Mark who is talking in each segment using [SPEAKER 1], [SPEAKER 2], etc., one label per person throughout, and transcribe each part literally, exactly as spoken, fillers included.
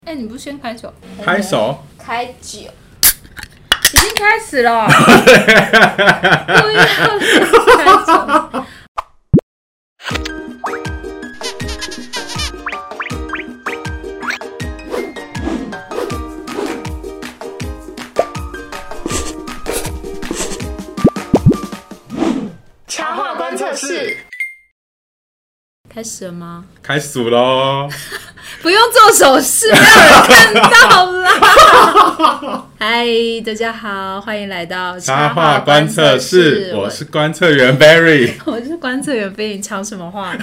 [SPEAKER 1] 哎、欸，你不先开酒？
[SPEAKER 2] 开手，
[SPEAKER 1] 开酒，已经开始了。不要开酒。
[SPEAKER 2] 插画观测室
[SPEAKER 1] 开始了吗？
[SPEAKER 2] 开始喽！
[SPEAKER 1] 不用做手势，没有人看到啦。嗨，大家好，欢迎来到
[SPEAKER 2] 插画观测室，我是观测员 Barry，
[SPEAKER 1] 我是观测员 Barry， 你抢什么话？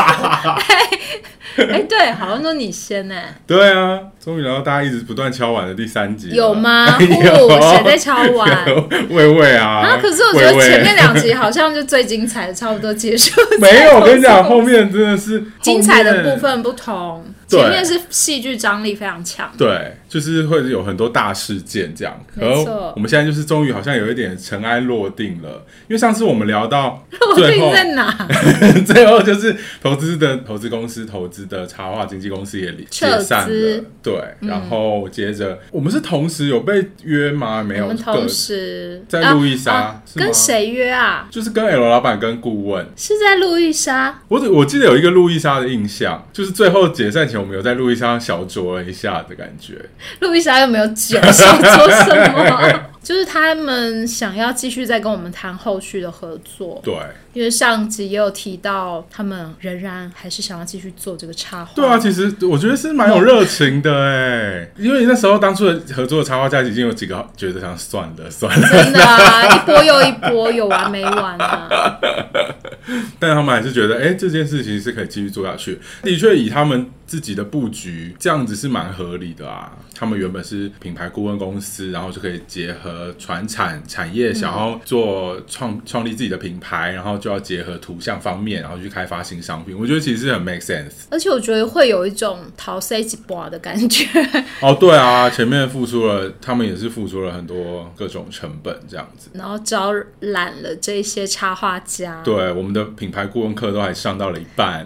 [SPEAKER 1] 哎、欸，对，好像都你先呢。
[SPEAKER 2] 对啊，终于来到大家一直不断敲碗的第三集了，
[SPEAKER 1] 有吗？有，谁在敲碗？
[SPEAKER 2] 魏魏啊！
[SPEAKER 1] 啊，可是我觉得前面两集好像就最精彩的，差不多结束。
[SPEAKER 2] 没有，我跟你讲，后面真的是
[SPEAKER 1] 精彩的部分不同。前面是戏剧张力非常强，
[SPEAKER 2] 对，就是会有很多大事件这样。
[SPEAKER 1] 没错，
[SPEAKER 2] 我们现在就是终于好像有一点尘埃落定了，因为上次我们聊到
[SPEAKER 1] 落定在哪？
[SPEAKER 2] 最后就是投资的投资公司投资的插画经纪公司也解散了，对，嗯、然后接着我们是同时有被约吗？没有，
[SPEAKER 1] 我们同时
[SPEAKER 2] 在路易莎、啊啊，
[SPEAKER 1] 跟谁约啊？
[SPEAKER 2] 就是跟 L 老板跟顾问
[SPEAKER 1] 是在路易莎。
[SPEAKER 2] 我我记得有一个路易莎的印象，就是最后解散前。我们有在路易莎小酌了一下的感觉，
[SPEAKER 1] 路易莎又没有酒，小酌什么？就是他们想要继续再跟我们谈后续的合作，
[SPEAKER 2] 对，
[SPEAKER 1] 因为上集也有提到，他们仍然还是想要继续做这个插画。
[SPEAKER 2] 对啊，其实我觉得是蛮有热情的哎，因为那时候当初的合作的插画家已经有几个觉得想算了算了，
[SPEAKER 1] 真的啊，一波又一波，有完没完啊？
[SPEAKER 2] 但他们还是觉得，哎、欸，这件事情是可以继续做下去。的确，以他们自己的布局，这样子是蛮合理的啊。他们原本是品牌顾问公司，然后就可以结合传产产业，想要做创创立自己的品牌，然后就要结合图像方面，然后去开发新商品。我觉得其实很 make sense。
[SPEAKER 1] 而且我觉得会有一种逃 C 几波的感觉。
[SPEAKER 2] 哦，对啊，前面付出了，他们也是付出了很多各种成本，这样子，
[SPEAKER 1] 然后招揽了这些插画家。
[SPEAKER 2] 对，我们的品牌顾问课都还上到了一半，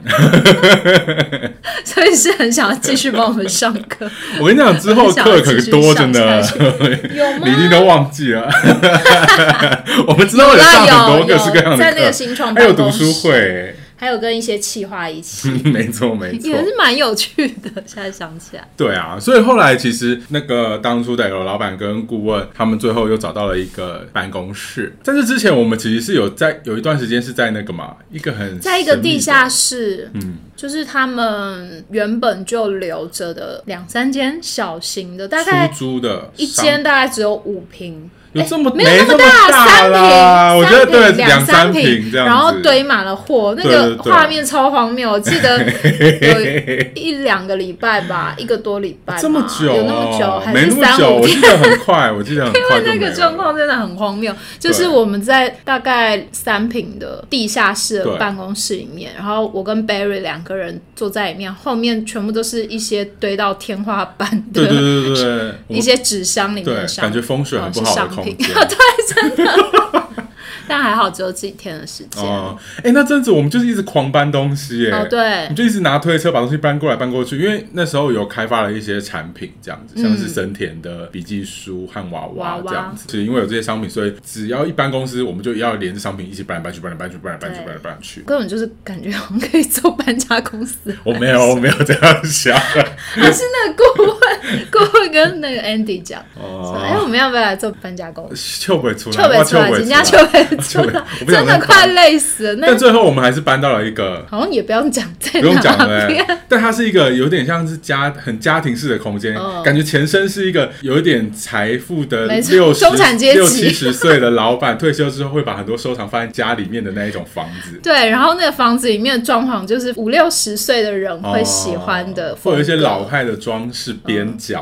[SPEAKER 1] 所以是很想要继续帮我们上课。
[SPEAKER 2] 我跟你讲，之后课可多着呢，
[SPEAKER 1] 有吗？
[SPEAKER 2] 你一定都忘记了。我们之后有上很多各式各样的课，
[SPEAKER 1] 在那个新创
[SPEAKER 2] 还有读书会。
[SPEAKER 1] 还有跟一些企划一起，
[SPEAKER 2] 没错没错，
[SPEAKER 1] 也是蛮有趣的。现在想起来，
[SPEAKER 2] 对啊，所以后来其实那个当初的L老板跟顾问，他们最后又找到了一个办公室。在这之前，我们其实是有在有一段时间是在那个嘛，一个很
[SPEAKER 1] 在一个地下室，
[SPEAKER 2] 嗯，
[SPEAKER 1] 就是他们原本就留着的两三间小型的，大概
[SPEAKER 2] 出租的，
[SPEAKER 1] 一间大概只有五坪。
[SPEAKER 2] 有这么、
[SPEAKER 1] 欸、没有那么
[SPEAKER 2] 大，
[SPEAKER 1] 三坪，
[SPEAKER 2] 我觉得对，
[SPEAKER 1] 两
[SPEAKER 2] 三坪这样子，
[SPEAKER 1] 然后堆满了货，那个画面超荒谬。我记得有一两个礼拜吧，一个多礼拜，
[SPEAKER 2] 这么久、哦，
[SPEAKER 1] 有那么久，还
[SPEAKER 2] 是三五天？我记得很快，我记得很快。
[SPEAKER 1] 因为那个状况真的很荒谬，就是我们在大概三坪的地下室的办公室里面，然后我跟 Barry 两个人坐在里面，后面全部都是一些堆到天花板的，
[SPEAKER 2] 对对对对对，
[SPEAKER 1] 一些纸箱里面的
[SPEAKER 2] 商品，感觉风水很不好的空间。
[SPEAKER 1] 对，真的。但还好只有几天的时间。
[SPEAKER 2] 哦，哎、欸，那阵子我们就是一直狂搬东西，哎、
[SPEAKER 1] 哦，对，
[SPEAKER 2] 我们就一直拿推车把东西搬过来搬过去，因为那时候有开发了一些产品，这样子，像是森田的笔记书和娃娃这样子。是因为有这些商品，所以只要一搬公司，我们就要连着商品一起搬来搬去，搬来搬去，搬来搬去，搬来搬去。
[SPEAKER 1] 根本就是感觉我们可以做搬家公司。
[SPEAKER 2] 我没有，我没有这样想。
[SPEAKER 1] 还是那个顾问，顾问跟那个 Andy 讲，哦，哎、欸，我们要不要来做搬家公司？
[SPEAKER 2] 笑不出来，
[SPEAKER 1] 笑不出来，人家笑不出来。真的快累死了，
[SPEAKER 2] 但最后我们还是搬到了一个，
[SPEAKER 1] 好像也不用讲在哪边，
[SPEAKER 2] 不用讲了、欸。但它是一个有点像是家很家庭式的空间、哦，感觉前身是一个有一点财富的六十
[SPEAKER 1] 中产阶级
[SPEAKER 2] 六七十岁的老板，退休之后会把很多收藏放在家里面的那一种房子。
[SPEAKER 1] 对，然后那个房子里面的装潢就是五六十岁的人会喜欢的、哦，
[SPEAKER 2] 会有一些老派的装饰边角、嗯，那叫什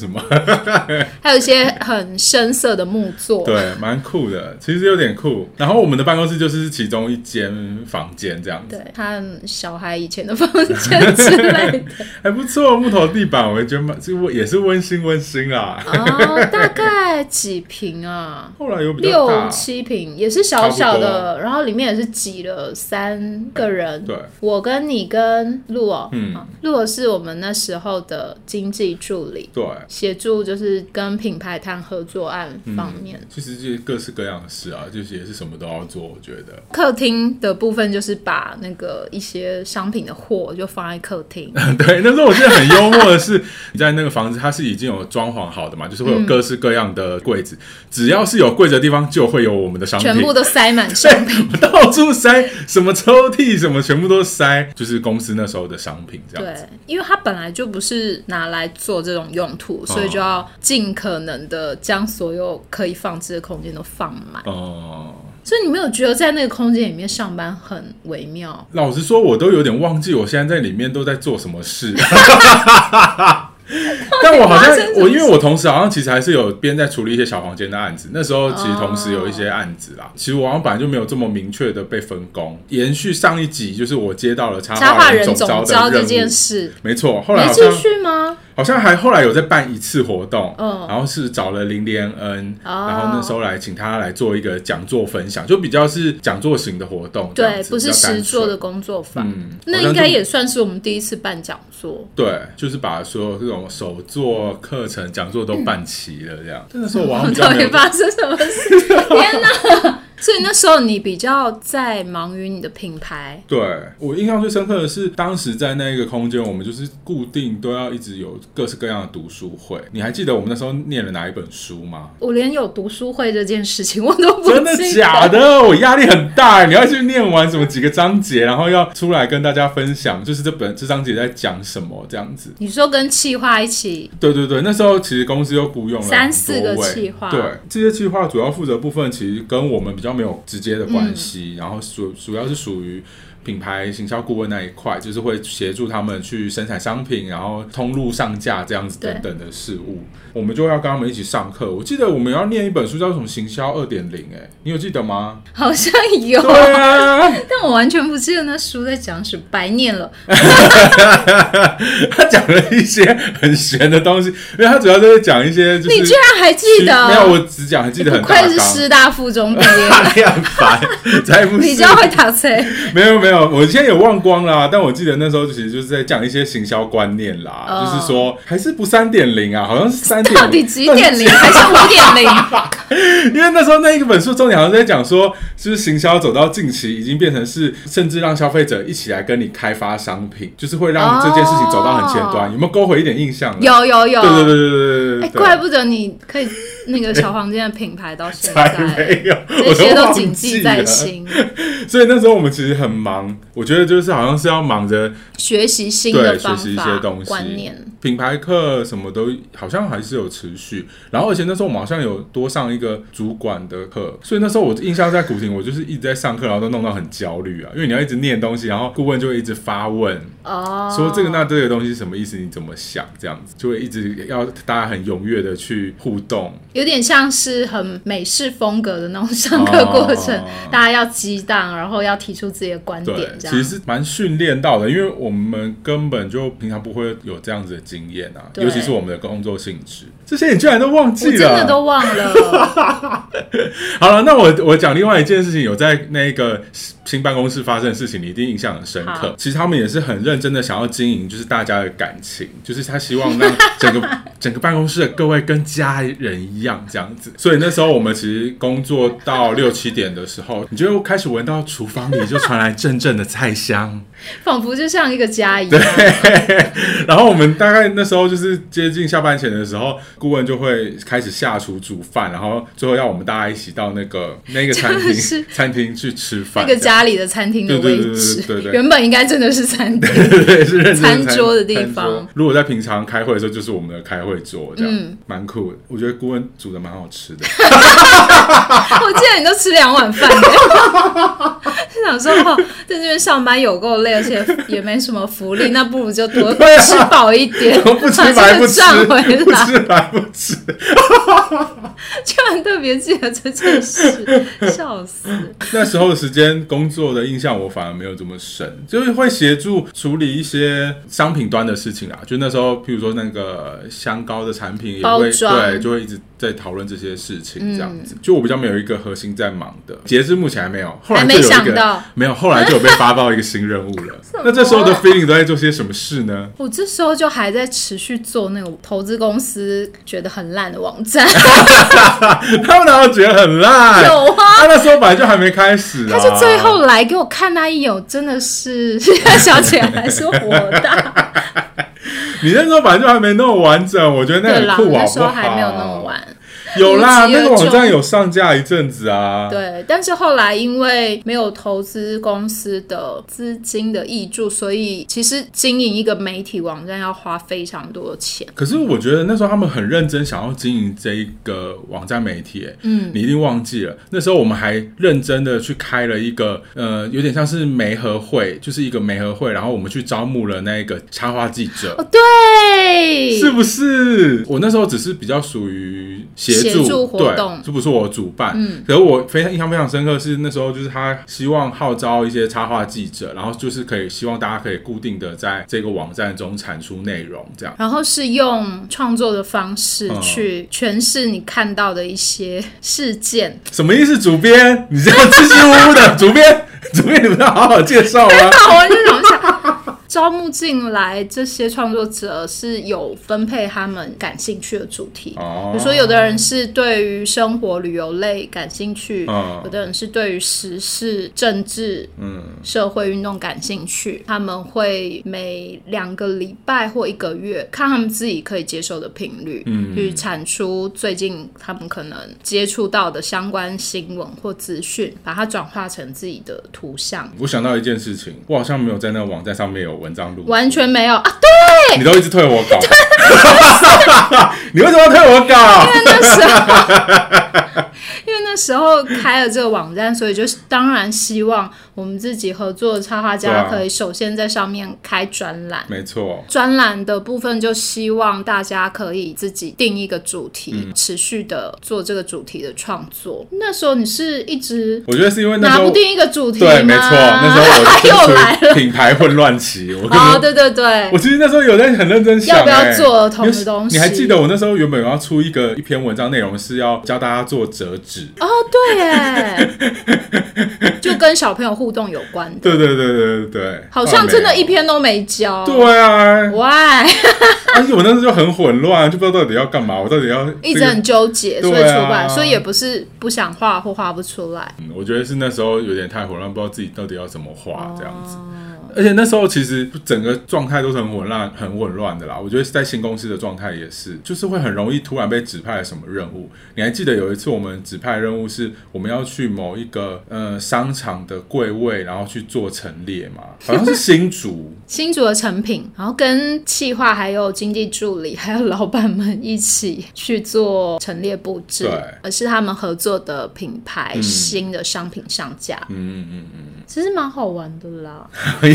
[SPEAKER 2] 什么
[SPEAKER 1] 还有一些很深色的木座，
[SPEAKER 2] 对，蛮酷的，其实有点酷。然后我们的办公室就是其中一间房间这样子，
[SPEAKER 1] 对，他小孩以前的房间之类的
[SPEAKER 2] 还不错，木头地板我觉得也是温馨温馨啦。
[SPEAKER 1] 哦，大概几平啊？
[SPEAKER 2] 后来有比较大
[SPEAKER 1] 六七平，也是小小的，然后里面也是挤了三个人。
[SPEAKER 2] 对，
[SPEAKER 1] 我跟你跟陆哦，嗯，陆哦是我们那时候的经济助理，
[SPEAKER 2] 对，
[SPEAKER 1] 协助就是跟品牌谈合作案方面。嗯、
[SPEAKER 2] 其实就是各式各样的事啊，就是也是什么都要做。我觉得
[SPEAKER 1] 客厅的部分就是把那个一些商品的货就放在客厅。
[SPEAKER 2] 对，那时候我记得很幽默的是，你在那个房子它是已经有装潢好的嘛，就是会有各式各样的柜子，嗯、只要是有柜子的地方就会有我们的商品，
[SPEAKER 1] 全部都塞满商品，
[SPEAKER 2] 到处塞，什么抽屉什么全部都塞，就是公司那时候的商品这样子。
[SPEAKER 1] 对，因为它本来就不是拿来做这种用途，所以就要尽可能的将所有可以放置的空间都放满。哦。所以你没有觉得在那个空间里面上班很微妙？
[SPEAKER 2] 老实说，我都有点忘记我现在在里面都在做什么事。但我好像我因为我同时好像其实还是有边在处理一些小房间的案子，那时候其实同时有一些案子啦。Oh. 其实我好像本来就没有这么明确的被分工。延续上一集，就是我接到了插画人总召的任务
[SPEAKER 1] 这件事，
[SPEAKER 2] 没错。后来好像
[SPEAKER 1] 没继续吗？
[SPEAKER 2] 好像还后来有在办一次活动，嗯、然后是找了林连恩，哦、然后那时候来请他来做一个讲座分享，就比较是讲座型的活动，
[SPEAKER 1] 对，不是实作的工作坊。嗯，那应该也算是我们第一次办讲座。
[SPEAKER 2] 对，就是把所有这种手作课程、讲座都办齐了，这样。嗯、那时候我好像比较没有
[SPEAKER 1] 到底发生什么事？天哪！所以那时候你比较在忙于你的品牌。
[SPEAKER 2] 对，我印象最深刻的是，当时在那个空间，我们就是固定都要一直有各式各样的读书会。你还记得我们那时候念了哪一本书吗？
[SPEAKER 1] 我连有读书会这件事情我都不记得。
[SPEAKER 2] 真的假的？我压力很大，你要去念完什么几个章节，然后要出来跟大家分享，就是这本这章节在讲什么这样子。
[SPEAKER 1] 你说跟企划一起？
[SPEAKER 2] 对对对，那时候其实公司又雇佣了
[SPEAKER 1] 三四个企划，
[SPEAKER 2] 对，这些企划主要负责部分其实跟我们比较没有直接的关系，嗯、然后主主要是属于品牌行销顾问那一块，就是会协助他们去生产商品，然后通路上架这样子等等的事物，我们就要跟他们一起上课。我记得我们要念一本书叫什么行销 二点零， 哎，你有记得吗？
[SPEAKER 1] 好像有，
[SPEAKER 2] 对啊，
[SPEAKER 1] 但我完全不记得那书在讲什么，白念了。
[SPEAKER 2] 他讲了一些很玄的东西，因为他主要就是讲一些、就是，
[SPEAKER 1] 你居然还记得？
[SPEAKER 2] 没有，我只讲还记得很大纲。
[SPEAKER 1] 不愧是师大附中毕业，
[SPEAKER 2] 你很烦，才不是。
[SPEAKER 1] 比较会打车。
[SPEAKER 2] 没有没有。我现在也忘光啦，但我记得那时候其实就是在讲一些行销观念啦，哦、就是说还是不 三点零 啊，好像是三点零，
[SPEAKER 1] 到底几点零还是五点零？
[SPEAKER 2] 因为那时候那一本书重点好像在讲说，就是行销走到近期已经变成是，甚至让消费者一起来跟你开发商品，就是会让这件事情走到很前端。哦、有没有勾回一点印象？
[SPEAKER 1] 有有有，
[SPEAKER 2] 对对对对对对。
[SPEAKER 1] 哎，怪不得你可以那个小房间的品牌到现在
[SPEAKER 2] 才没有，
[SPEAKER 1] 这些都谨记在心。
[SPEAKER 2] 所以那时候我们其实很忙。我觉得就是好像是要忙着
[SPEAKER 1] 学习新的方法、
[SPEAKER 2] 学习一些东西、
[SPEAKER 1] 观念、
[SPEAKER 2] 品牌课什么都好像还是有持续。然后而且那时候我们好像有多上一个主管的课，所以那时候我印象在古亭，我就是一直在上课，然后都弄到很焦虑啊，因为你要一直念东西，然后顾问就会一直发问，哦，说这个那这个东西是什么意思，你怎么想，这样子就会一直要大家很踊跃的去互动，
[SPEAKER 1] 有点像是很美式风格的那种上课过程，哦、大家要激荡，然后要提出自己的观点，这样
[SPEAKER 2] 其实是蛮训练到的，因为我们根本就平常不会有这样子的经验啊，尤其是我们的工作性质，这些你居然都忘记了，我
[SPEAKER 1] 真的都忘了。
[SPEAKER 2] 好了，那我我讲另外一件事情，有在那个新办公室发生的事情，你一定印象很深刻。其实他们也是很认真的想要经营，就是大家的感情，就是他希望让整个整个办公室的各位跟家人一样这样子。所以那时候我们其实工作到六七点的时候，你就开始闻到厨房里就传来阵阵的菜香，
[SPEAKER 1] 仿佛就像一个家一样。
[SPEAKER 2] 对，然后我们大概那时候就是接近下班前的时候，顾问就会开始下厨煮饭，然后最后要我们大家一起到那个那个餐厅餐厅去吃饭，
[SPEAKER 1] 那个家里的餐厅的位置，
[SPEAKER 2] 对对对对对对，
[SPEAKER 1] 原本应该真的是餐厅，
[SPEAKER 2] 对对对，是认真的
[SPEAKER 1] 餐桌的地方。
[SPEAKER 2] 如果在平常开会的时候，就是我们的开会会做，这样蛮、嗯、酷的。我觉得顾问煮的蛮好吃的。
[SPEAKER 1] 我记得你都吃两碗饭的，想说哦，在这边上班有够累，而且也没什么福利，那不如就多吃饱一点，
[SPEAKER 2] 不吃白不吃，不吃白不吃。
[SPEAKER 1] 居然特别记得这件事，笑死！
[SPEAKER 2] 那时候的时间工作的印象我反而没有这么深，就是会协助处理一些商品端的事情啦。就那时候，譬如说那个香膏的产品也会对，就会一直在讨论这些事情，这样子。嗯、就我比较没有一个核心在忙的，截至目前还没有。后来就有一个
[SPEAKER 1] 还没想到，
[SPEAKER 2] 没有，后来就有被发到一个新任务了。那这时候的 feeling 都在做些什么事呢？
[SPEAKER 1] 我这时候就还在持续做那种投资公司觉得很烂的网站。
[SPEAKER 2] 他们哪有觉得很烂？
[SPEAKER 1] 有啊，
[SPEAKER 2] 他那时候本来就还没开始啊。
[SPEAKER 1] 他就最后来给我看那一眼，我真的是现在想起来还是火大。
[SPEAKER 2] 你那时候本来就还没弄完整，我觉得那很酷好不好？
[SPEAKER 1] 那时候还没有弄完。
[SPEAKER 2] 有啦，那个网站有上架一阵子啊。
[SPEAKER 1] 对，但是后来因为没有投资公司的资金的挹注，所以其实经营一个媒体网站要花非常多的钱。
[SPEAKER 2] 可是我觉得那时候他们很认真想要经营这一个网站媒体，嗯，你一定忘记了，那时候我们还认真的去开了一个呃，有点像是媒合会，就是一个媒合会，然后我们去招募了那个插画记者。
[SPEAKER 1] 哦，对，
[SPEAKER 2] 是不是？我那时候只是比较属于协
[SPEAKER 1] 协助活动，
[SPEAKER 2] 对，这不是我主办。嗯，可是我非常印象非常深刻是那时候就是他希望号召一些插画记者，然后就是可以希望大家可以固定的在这个网站中产出内容，这样。
[SPEAKER 1] 然后是用创作的方式去诠释你看到的一些事件。
[SPEAKER 2] 嗯、什么意思？主编，你这样支支吾吾的，主编，主编，你们要好好介绍啊！
[SPEAKER 1] 我就想想。招募进来这些创作者是有分配他们感兴趣的主题，哦、比如说有的人是对于生活旅游类感兴趣，哦、有的人是对于时事、政治、嗯、社会运动感兴趣。他们会每两个礼拜或一个月，看他们自己可以接受的频率，嗯、去产出最近他们可能接触到的相关新闻或资讯，把它转化成自己的图像。
[SPEAKER 2] 我想到一件事情，我好像没有在那个网站上面有文章录，
[SPEAKER 1] 完全没有啊！对，
[SPEAKER 2] 你都一直退我稿，你为什么要退我稿？
[SPEAKER 1] 因为那时候，因为那时候开了这个网站，所以就当然希望我们自己合作的插画家可以首先在上面开专栏。
[SPEAKER 2] 没错，
[SPEAKER 1] 专栏的部分就希望大家可以自己定一个主题，嗯、持续的做这个主题的创作。那时候你是一直，
[SPEAKER 2] 我觉得是因为那时候
[SPEAKER 1] 拿不定一个主题吗？
[SPEAKER 2] 对，没错，那时候我又来了，品牌混乱期。我
[SPEAKER 1] 哦，对对对，
[SPEAKER 2] 我其实那时候有在很认真想，
[SPEAKER 1] 要不要做儿童的东西？
[SPEAKER 2] 你还记得我那时候原本要出一个一篇文章，内容是要教大家做折纸。
[SPEAKER 1] 哦，对耶，就跟小朋友互动有关的。
[SPEAKER 2] 对对对对对，
[SPEAKER 1] 好像真的一篇都没教。
[SPEAKER 2] 对啊
[SPEAKER 1] ，Why？
[SPEAKER 2] 而且我那时候就很混乱，就不知道到底要干嘛，我到底要、這個、
[SPEAKER 1] 一直很纠结，所以出不来，所以也不是不想画或画不出来。
[SPEAKER 2] 嗯，我觉得是那时候有点太混乱，不知道自己到底要怎么画这样子。哦，而且那时候其实整个状态都是很混乱、很混乱的啦。我觉得在新公司的状态也是，就是会很容易突然被指派了什么任务。你还记得有一次我们指派的任务是我们要去某一个呃商场的柜位，然后去做陈列嘛？好像是新竹
[SPEAKER 1] 新竹的成品，然后跟企划还有经济助理还有老板们一起去做陈列布置，对，而是他们合作的品牌、嗯、新的商品上架。嗯嗯嗯嗯，其实蛮好玩的啦。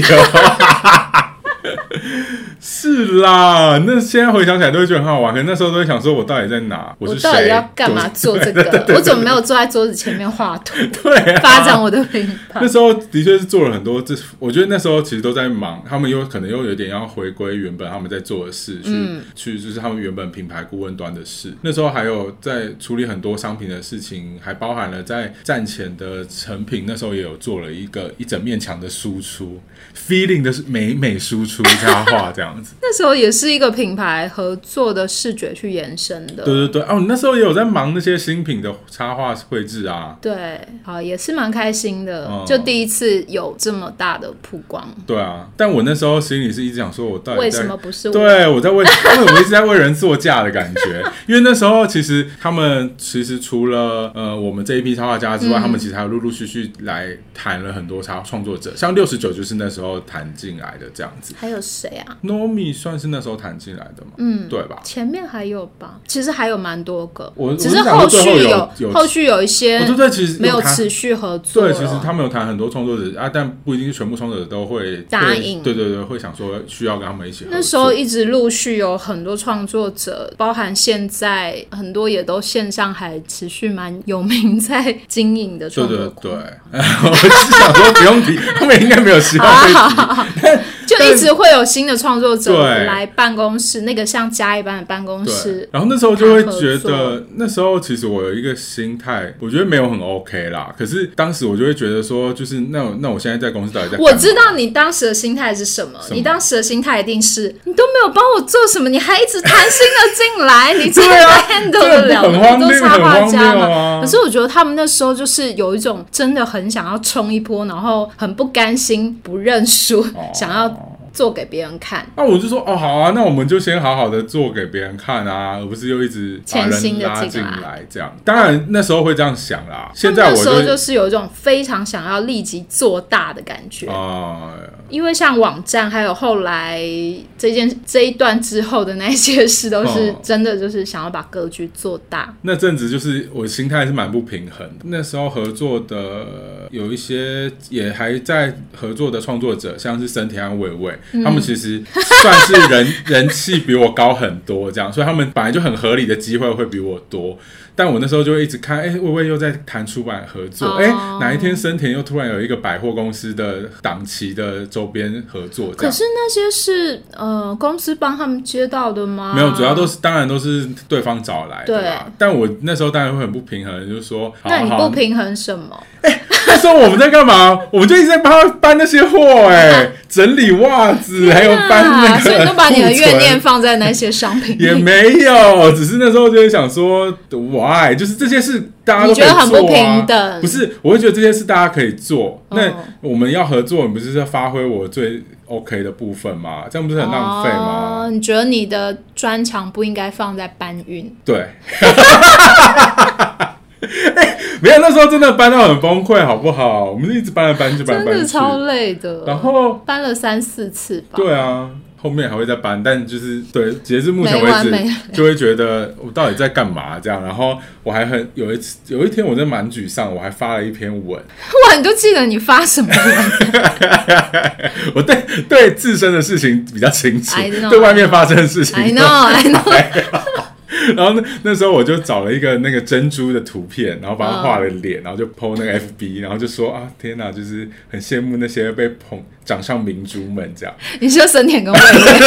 [SPEAKER 2] 是啦，那现在回想起来都会觉得很好玩，可是那时候都会想说我到底在哪，我是谁，
[SPEAKER 1] 我到底要干嘛做这个？对对对对，我怎么没有坐在桌子前面画图？
[SPEAKER 2] 对、啊，
[SPEAKER 1] 发展我的品牌。
[SPEAKER 2] 那时候的确是做了很多，这我觉得那时候其实都在忙，他们又可能又有点要回归原本他们在做的事，去、嗯、去就是他们原本品牌顾问端的事。那时候还有在处理很多商品的事情，还包含了在站前的成品，那时候也有做了一个一整面墙的输出 ，feeling 的美美输出插画这样子。
[SPEAKER 1] 那时候也是一个品牌合作的视觉去延伸的。
[SPEAKER 2] 对对对，哦，你那时候也有在忙那些新品的插画绘制啊。
[SPEAKER 1] 对，好，也是蛮开心的、嗯，就第一次有这么大的曝光。
[SPEAKER 2] 对啊，但我那时候心里是一直想说，我到底在
[SPEAKER 1] 为什么不是我？
[SPEAKER 2] 对，我在为，因为我一直在为人作嫁的感觉，因因为那时候其实他们其实除了呃我们这一批插画家之外、嗯、他们其实还有陆陆续续来谈了很多插创作者，像六十九就是那时候谈进来的这样子。
[SPEAKER 1] 还有谁啊
[SPEAKER 2] Nomi 算是那时候谈进来的嘛，嗯，对吧？
[SPEAKER 1] 前面还有吧，其实还有蛮多个，
[SPEAKER 2] 我
[SPEAKER 1] 只是后续有,
[SPEAKER 2] 有
[SPEAKER 1] 后续有一些
[SPEAKER 2] 哦对对，其实
[SPEAKER 1] 没有持续合作。
[SPEAKER 2] 对，其实他们有谈很多创作者啊，但不一定是全部创作者都会
[SPEAKER 1] 答应。
[SPEAKER 2] 对对对，会想说需要跟他们一起合作。
[SPEAKER 1] 那时候一直陆续有很多创作者，包含现在很多也都线上还持续蛮有名在经营的创作者。
[SPEAKER 2] 对对对，我是想说不用提，他们应该没有希望被提。
[SPEAKER 1] 就一直会有新的创作者来办公室，那个像家一般的办公室。
[SPEAKER 2] 然后那时候就会觉得，那时候其实我有一个心态，我觉得没有很 OK 啦。可是当时我就会觉得说，就是那那我现在在公司到底在干嘛？
[SPEAKER 1] 我知道你当时的心态是什么，什么你当时的心态一定是你都没有帮我做什么，你还一直谈新的进来，你真的 handle 得了那么多插画家吗？啊、可是我觉得他们那时候就是有一种真的很想要冲一波，然后很不甘心、不认输，哦、想要做给别人看。
[SPEAKER 2] 那、啊、我就说哦好啊，那我们就先好好的做给别人看啊，而不是又一直把人拉进来这样。当然那时候会这样想啦，现在我就
[SPEAKER 1] 那时候就是有一种非常想要立即做大的感觉啊。因为像网站还有后来这件这一段之后的那些事，都是真的就是想要把格局做大。
[SPEAKER 2] 哦、那阵子就是我心态是蛮不平衡的。那时候合作的有一些也还在合作的创作者，像是森田和伟伟。嗯、他们其实算是人人气比我高很多，这样，所以他们本来就很合理的机会会比我多。但我那时候就会一直看，哎、欸，魏魏又在谈出版合作，哎、oh. 欸，哪一天森田又突然有一个百货公司的档期的周边合作，
[SPEAKER 1] 可是那些是呃公司帮他们接到的吗？
[SPEAKER 2] 没有，主要都是当然都是对方找来的啦。但我那时候当然会很不平衡，就是说，好好
[SPEAKER 1] 那你不平衡什么？
[SPEAKER 2] 哎、欸，那时候我们在干嘛？我们就一直在帮他搬那些货，哎，整理袜子，还有搬那个，
[SPEAKER 1] 所以你都把你的怨念放在那些商品里。
[SPEAKER 2] 也没有，只是那时候就会想说 ，why？ 就是这些事大家都可以做、啊、你觉得很不平等？不是，我会觉得这些事大家可以做。哦、那我们要合作，你不是在发挥我最 OK 的部分吗？这样不是很浪费吗？
[SPEAKER 1] 哦，你觉得你的专长不应该放在搬运？
[SPEAKER 2] 对。欸、没有，那时候真的搬到很崩溃，好不好？我们一直搬来搬去，搬来搬去，
[SPEAKER 1] 真的超累的。
[SPEAKER 2] 然后
[SPEAKER 1] 搬了三四次吧。
[SPEAKER 2] 对啊，后面还会再搬，但就是对，截至目前为止，就会觉得我到底在干嘛这样。然后我还很有一次，有一天我真的蛮沮丧，我还发了一篇文。
[SPEAKER 1] 哇，你都记得你发什么文？
[SPEAKER 2] 我对对自身的事情比较清楚，对外面发生的事情
[SPEAKER 1] ，I know I know。
[SPEAKER 2] 然后 那, 那时候我就找了一个那个珍珠的图片，然后帮他画了脸，然后就 po 那个 F B， 然后就说啊，天哪，就是很羡慕那些被捧掌上明珠们这样。
[SPEAKER 1] 你说森田跟魏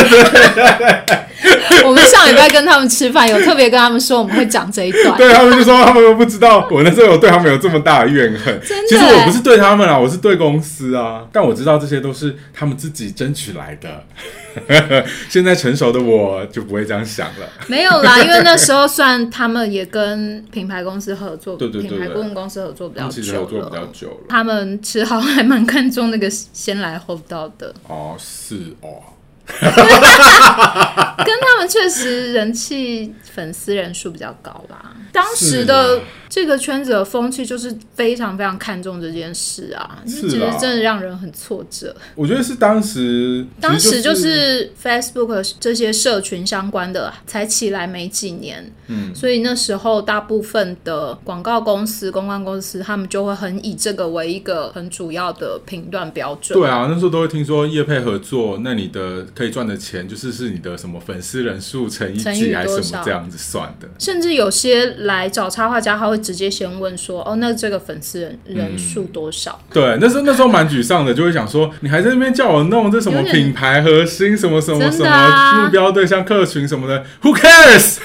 [SPEAKER 1] 魏，我们上礼拜跟他们吃饭，有特别跟他们说我们会讲这一段，
[SPEAKER 2] 对，他们就说他们都不知道我那时候有对他们有这么大的怨恨。其实我不是对他们啦，我是对公司啊，但我知道这些都是他们自己争取来的。现在成熟的我就不会这样想了。
[SPEAKER 1] 没有啦，因为那时候算他们也跟品牌公司合作，
[SPEAKER 2] 对对 对, 对，
[SPEAKER 1] 品牌顾问公司合作比较久了，
[SPEAKER 2] 其实合作比较久了。
[SPEAKER 1] 他们其实好像还蛮看重那个先来后到的。
[SPEAKER 2] 哦，是哦。
[SPEAKER 1] 跟他们确实人气粉丝人数比较高啦。当时的这个圈子的风气就是非常非常看重这件事啊，其实真的让人很挫折。
[SPEAKER 2] 我觉得是当时，
[SPEAKER 1] 当时就是 Facebook 这些社群相关的才起来没几年，嗯，所以那时候大部分的广告公司、公关公司，他们就会很以这个为一个很主要的评断标准。
[SPEAKER 2] 对啊，那时候都会听说业配合作，那你的可以赚的钱就是是你的什么粉丝人数乘以几还是什么这样子算的。
[SPEAKER 1] 甚至有些来找插画家，他会直接先问说：“哦，那这个粉丝人人数多少？”
[SPEAKER 2] 嗯、对，那时候那时候蛮沮丧的，就会想说：“你还在那边叫我弄这什么品牌核心，什么什么什么目标对象客群什么的 ，Who cares？”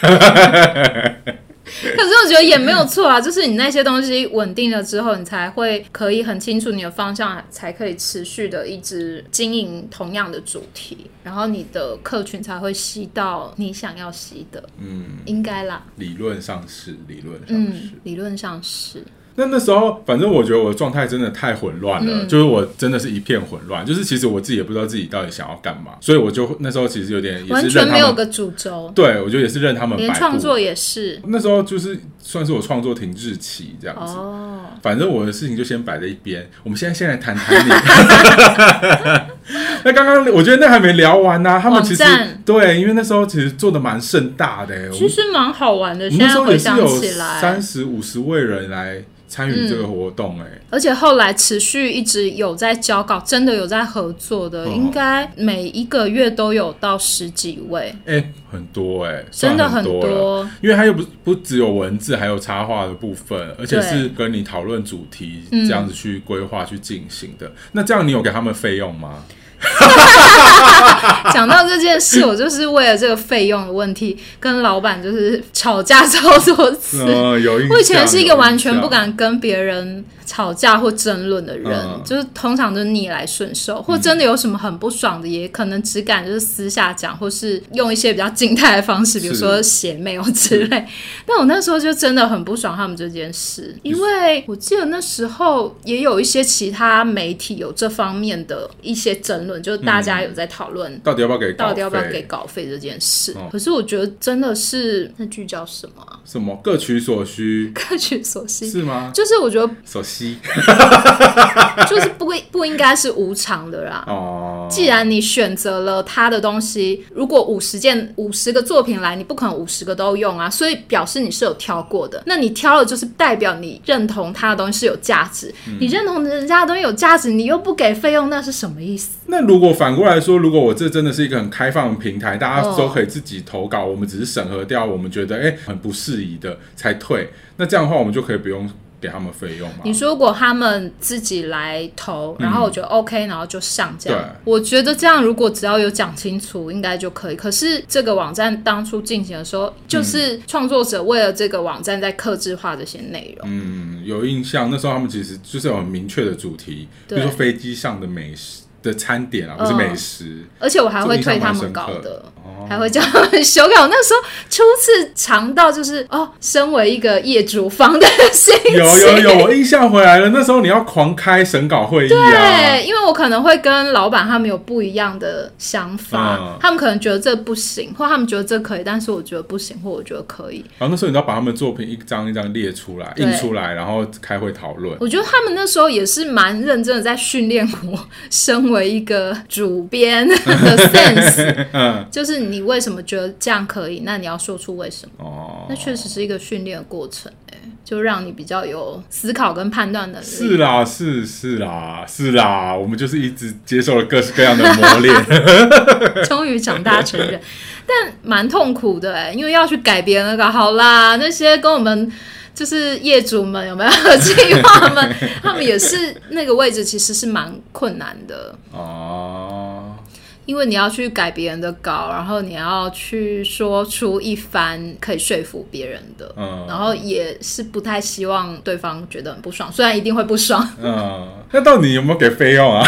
[SPEAKER 1] 可是我觉得也没有错啊，就是你那些东西稳定了之后，你才会可以很清楚你的方向，才可以持续的一直经营同样的主题，然后你的客群才会吸到你想要吸的。嗯，应该啦。
[SPEAKER 2] 理论上是，理论上是，
[SPEAKER 1] 嗯，理论上是。
[SPEAKER 2] 那那时候反正我觉得我的状态真的太混乱了、嗯、就是我真的是一片混乱，就是其实我自己也不知道自己到底想要干嘛，所以我就那时候其实有点也是
[SPEAKER 1] 完全没有个主轴，
[SPEAKER 2] 对，我觉得也是任他们摆布，
[SPEAKER 1] 连创作也是
[SPEAKER 2] 那时候就是算是我创作停滞期这样子、哦、反正我的事情就先摆在一边，我们现在先来谈谈你那刚刚我觉得那还没聊完啊，他们其实对，因为那时候其实做的蛮盛大的、欸、
[SPEAKER 1] 其实蛮好玩的，现在回想起来
[SPEAKER 2] 三十五十位人来参与这个活动、欸嗯、
[SPEAKER 1] 而且后来持续一直有在交稿，真的有在合作的、哦、应该每一个月都有到十几位、
[SPEAKER 2] 欸、很多哎、欸，
[SPEAKER 1] 真的很多，
[SPEAKER 2] 因为它又不不只有文字还有插画的部分，而且是跟你讨论主题这样子去规划去进行的、嗯、那这样你有给他们费用吗？
[SPEAKER 1] 讲到这件事，我就是为了这个费用的问题跟老板就是吵架超多次、
[SPEAKER 2] 呃、有印象，
[SPEAKER 1] 我以前是一个完全不敢跟别人吵架或争论的人、嗯、就是通常就是逆来顺受，或真的有什么很不爽的、嗯、也可能只敢就是私下讲，或是用一些比较静态的方式，比如说写 mail 之类。但我那时候就真的很不爽他们这件事，因为我记得那时候也有一些其他媒体有这方面的一些争论，就是大家有在讨论、嗯、
[SPEAKER 2] 到底要不要给稿费，
[SPEAKER 1] 到底要不要给稿费这件事、哦、可是我觉得真的是那句叫什么、啊、
[SPEAKER 2] 什么各取所需，
[SPEAKER 1] 各取所需
[SPEAKER 2] 是吗？
[SPEAKER 1] 就是我觉得
[SPEAKER 2] 所需
[SPEAKER 1] 就是不不应该是无偿的啦、哦、既然你选择了他的东西，如果五十件五十个作品来，你不可能五十个都用啊，所以表示你是有挑过的，那你挑了就是代表你认同他的东西是有价值、嗯、你认同人家的东西有价值，你又不给费用，那是什么意思？
[SPEAKER 2] 那如果反过来说，如果我这真的是一个很开放的平台，大家都可以自己投稿、哦、我们只是审核掉我们觉得哎很不适宜的才退，那这样的话我们就可以不用给他们费用吗？
[SPEAKER 1] 你说如果他们自己来投，然后我觉得 OK、嗯、然后就上这样，我觉得这样如果只要有讲清楚应该就可以。可是这个网站当初进行的时候，就是创作者为了这个网站在客制化这些内容。嗯，
[SPEAKER 2] 有印象，那时候他们其实就是有很明确的主题，比如说飞机上的美食的餐点啊，不是美食、嗯、
[SPEAKER 1] 而且我还会推他们稿的、哦、还会叫他们修改。我那时候初次尝到就是哦，身为一个业主方的心情。
[SPEAKER 2] 有有有，我印象回来了，那时候你要狂开审稿会议啊。
[SPEAKER 1] 对，因为我可能会跟老板他们有不一样的想法、嗯、他们可能觉得这不行，或他们觉得这可以，但是我觉得不行，或我觉得可以。
[SPEAKER 2] 然后那时候你要把他们作品一张一张列出来印出来，然后开会讨论。
[SPEAKER 1] 我觉得他们那时候也是蛮认真的在训练我身为一个主编的 sense、嗯、就是你为什么觉得这样可以，那你要说出为什么、哦、那确实是一个训练的过程、欸、就让你比较有思考跟判断能力。
[SPEAKER 2] 是啦是是啦是啦，我们就是一直接受了各式各样的磨练
[SPEAKER 1] 终于长大成人，但蛮痛苦的、欸、因为要去改别人那个。好啦，那些跟我们就是业主们有没有计划们他们也是那个位置其实是蛮困难的哦，因为你要去改别人的稿，然后你要去说出一番可以说服别人的、嗯、然后也是不太希望对方觉得很不爽，虽然一定会不爽。嗯，
[SPEAKER 2] 那到底有没有给费用啊？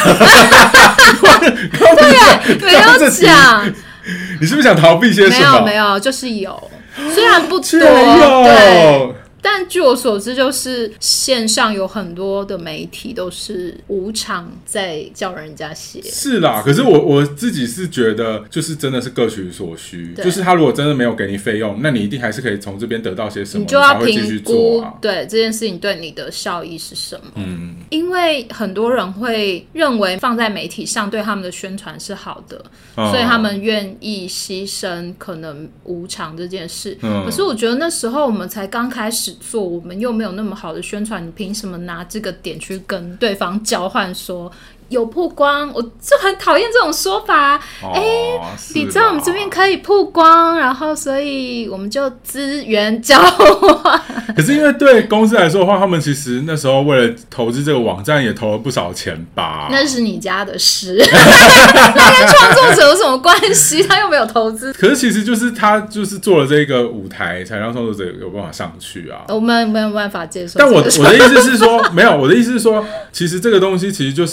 [SPEAKER 1] 对啊，没有讲。
[SPEAKER 2] 你是不是想逃避些什么？
[SPEAKER 1] 没有没有，就是有，虽然不多，
[SPEAKER 2] 对。
[SPEAKER 1] 但据我所知，就是线上有很多的媒体都是无偿在叫人家写。
[SPEAKER 2] 是啦，可是我我自己是觉得，就是真的是各取所需。就是他如果真的没有给你费用，那你一定还是可以从这边得到些什么，
[SPEAKER 1] 你就要
[SPEAKER 2] 评估、
[SPEAKER 1] 啊、对这件事情对你的效益是什么。嗯，因为很多人会认为放在媒体上对他们的宣传是好的、嗯，所以他们愿意牺牲可能无偿这件事。嗯，可是我觉得那时候我们才刚开始做，我们又没有那么好的宣传，你凭什么拿这个点去跟对方交换说有曝光？我就很讨厌这种说法。哎、哦欸，你知道我们这边可以曝光，然后所以我们就资源交换。
[SPEAKER 2] 可是因为对公司来说的话，他们其实那时候为了投资这个网站也投了不少钱吧？
[SPEAKER 1] 那是你家的事，那跟创作者有什么关系？他又没有投资。
[SPEAKER 2] 可是其实就是他就是做了这个舞台，才让创作者有办法上去啊。
[SPEAKER 1] 我们没有办法接受。
[SPEAKER 2] 但我我的意思是说，没有，我的意思是说，其实这个东西其实就是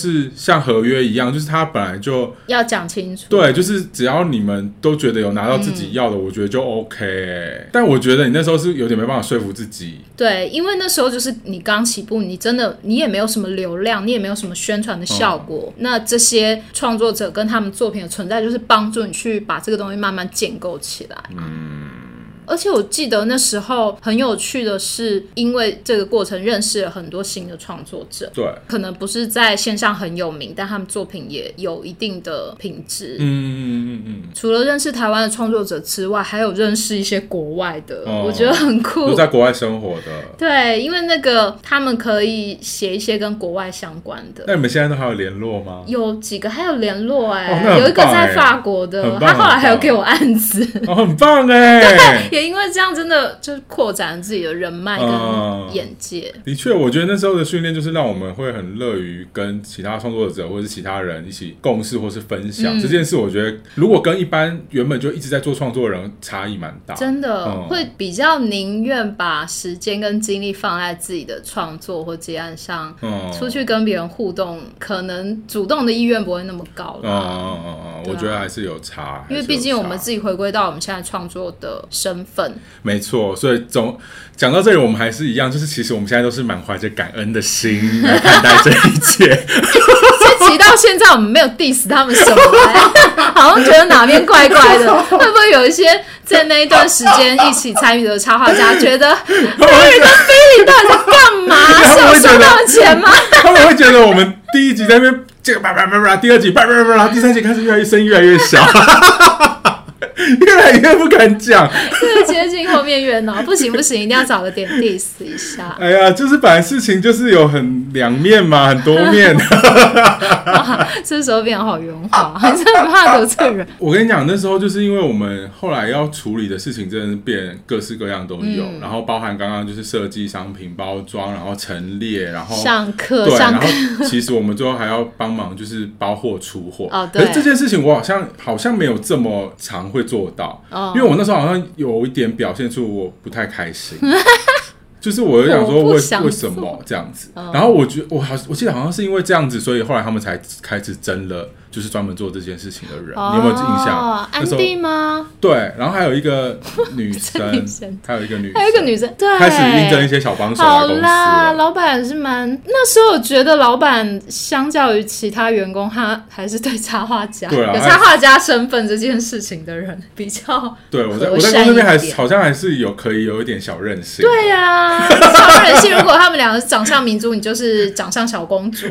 [SPEAKER 2] 像合约一样，就是他本来就
[SPEAKER 1] 要讲清楚。
[SPEAKER 2] 对，就是只要你们都觉得有拿到自己要的，嗯、我觉得就 OK、欸。但我觉得你那时候是有点没办法说服自己。
[SPEAKER 1] 对，因为那时候就是你刚起步，你真的你也没有什么流量，你也没有什么宣传的效果。嗯、那这些创作者跟他们作品的存在，就是帮助你去把这个东西慢慢建构起来。嗯。而且我记得那时候很有趣的是，因为这个过程认识了很多新的创作者，
[SPEAKER 2] 对，
[SPEAKER 1] 可能不是在线上很有名，但他们作品也有一定的品质。
[SPEAKER 2] 嗯嗯嗯嗯。
[SPEAKER 1] 除了认识台湾的创作者之外，还有认识一些国外的，哦、我觉得很酷。
[SPEAKER 2] 都在国外生活的。
[SPEAKER 1] 对，因为那个他们可以写一些跟国外相关的。
[SPEAKER 2] 那你们现在都还有联络吗？
[SPEAKER 1] 有几个还有联络哎、欸
[SPEAKER 2] 哦，
[SPEAKER 1] 有一个在法国的，他后来还有给我案子。
[SPEAKER 2] 哦，很棒哎、欸。
[SPEAKER 1] 也因为这样，真的就是扩展自己的人脉跟眼界、
[SPEAKER 2] 嗯。的确，我觉得那时候的训练就是让我们会很乐于跟其他创作者或者是其他人一起共事或是分享、嗯、这件事。我觉得如果跟一般原本就一直在做创作的人差异蛮大，
[SPEAKER 1] 真的、嗯、会比较宁愿把时间跟精力放在自己的创作或接案上、嗯，出去跟别人互动，可能主动的意愿不会那么高了。嗯嗯
[SPEAKER 2] 嗯嗯，我觉得还是有差，
[SPEAKER 1] 因为毕竟我们自己回归到我们现在创作的身份。
[SPEAKER 2] 没错，所以总讲到这里，我们还是一样，就是其实我们现在都是满怀着感恩的心来看待这一切。
[SPEAKER 1] 所以其实到现在我们没有 diss 他们什么、欸，好像觉得哪边怪怪的，会不会有一些在那一段时间一起参与的插画家觉得 Barry 跟 Billy 到底在干嘛？是有收他们钱吗？
[SPEAKER 2] 他们会觉得我们第一集在那边这个叭叭叭叭，第二集叭叭叭叭，第三集开始越来越声音越来越小。越来越不敢讲，
[SPEAKER 1] 越接近后面越恼，不行不行，一定要找个点 diss 一下。
[SPEAKER 2] 哎呀，就是本来事情就是有很两面嘛，很多面。
[SPEAKER 1] 这时候变得好圆滑，还是很怕得罪人。
[SPEAKER 2] 我跟你讲，那时候就是因为我们后来要处理的事情真的是变各式各样都有，嗯、然后包含刚刚就是设计商品包装，然后陈列，然后
[SPEAKER 1] 上课，
[SPEAKER 2] 对，
[SPEAKER 1] 上课
[SPEAKER 2] 然后其实我们最后还要帮忙就是包货出货。
[SPEAKER 1] 哦，对。
[SPEAKER 2] 可是这件事情我好像好像没有这么常会做到，哦、因为我那时候好像有一点表现出我不太开心。就是我有想说为为什么这样子，然后我觉得我好我记得好像是因为这样子，所以后来他们才开始争了，就是专门做这件事情的人，哦、你有没有印象？
[SPEAKER 1] 安迪吗？
[SPEAKER 2] 对，然后还有一个女生，还有一个女生，
[SPEAKER 1] 还有一个女生，对，
[SPEAKER 2] 开始应征一些小帮手来公司了。好啦，
[SPEAKER 1] 老板是蛮那时候我觉得老板相较于其他员工，他还是对插画家，
[SPEAKER 2] 对啊，
[SPEAKER 1] 有插画家身份这件事情的人比较
[SPEAKER 2] 对我在我在公司那边还好像还是有可以有一点小任性，
[SPEAKER 1] 对呀、啊。小任性，如果他们两个是掌上明珠，你就是掌上小公主。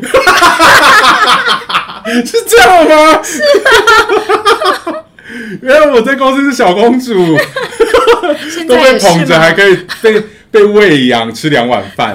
[SPEAKER 2] 是这样吗？是啊。原来我在公司是小公主，都被捧着，还可以被被喂养，吃两碗饭。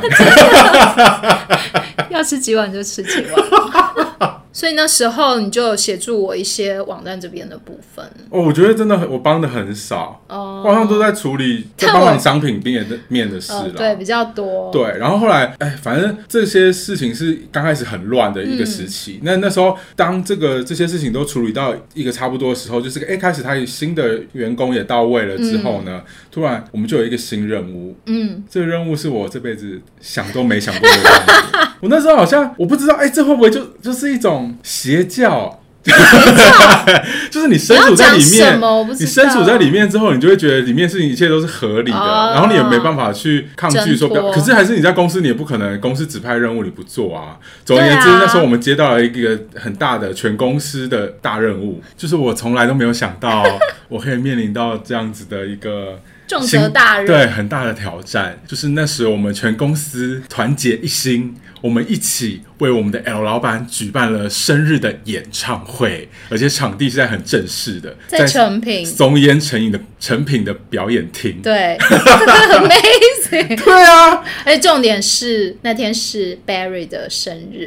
[SPEAKER 1] 要吃几碗就吃几碗。所以那时候你就有协助我一些网站这边的部分。
[SPEAKER 2] 哦，我觉得真的我帮的很少，哦，我好像都在处理在帮忙商品面的面的事啦、哦，
[SPEAKER 1] 对，比较多。
[SPEAKER 2] 对，然后后来，哎，反正这些事情是刚开始很乱的一个时期。嗯、那那时候，当这个这些事情都处理到一个差不多的时候，就是哎，开始他新的员工也到位了之后呢，嗯、突然我们就有一个新任务。嗯，这个任务是我这辈子想都没想过的任务。我那时候好像我不知道，哎，这会不会就就是一种邪教？就是你身处在里面，你, 你身处在里面之后，你就会觉得里面事情一切都是合理的，哦、然后你也没办法去抗拒说不要。可是还是你在公司，你也不可能公司指派任务你不做啊。总而言之，啊、那时候我们接到了一个很大的全公司的大任务，就是我从来都没有想到我可以面临到这样子的一个。
[SPEAKER 1] 重责大任，
[SPEAKER 2] 对，很大的挑战。就是那时我们全公司团结一心，我们一起为我们的 L 老板举办了生日的演唱会，而且场地是在很正式的，
[SPEAKER 1] 在成品
[SPEAKER 2] 松烟成瘾的成品的表演厅。
[SPEAKER 1] 对，amazing。
[SPEAKER 2] 对啊，
[SPEAKER 1] 而且重点是那天是 Barry 的生日，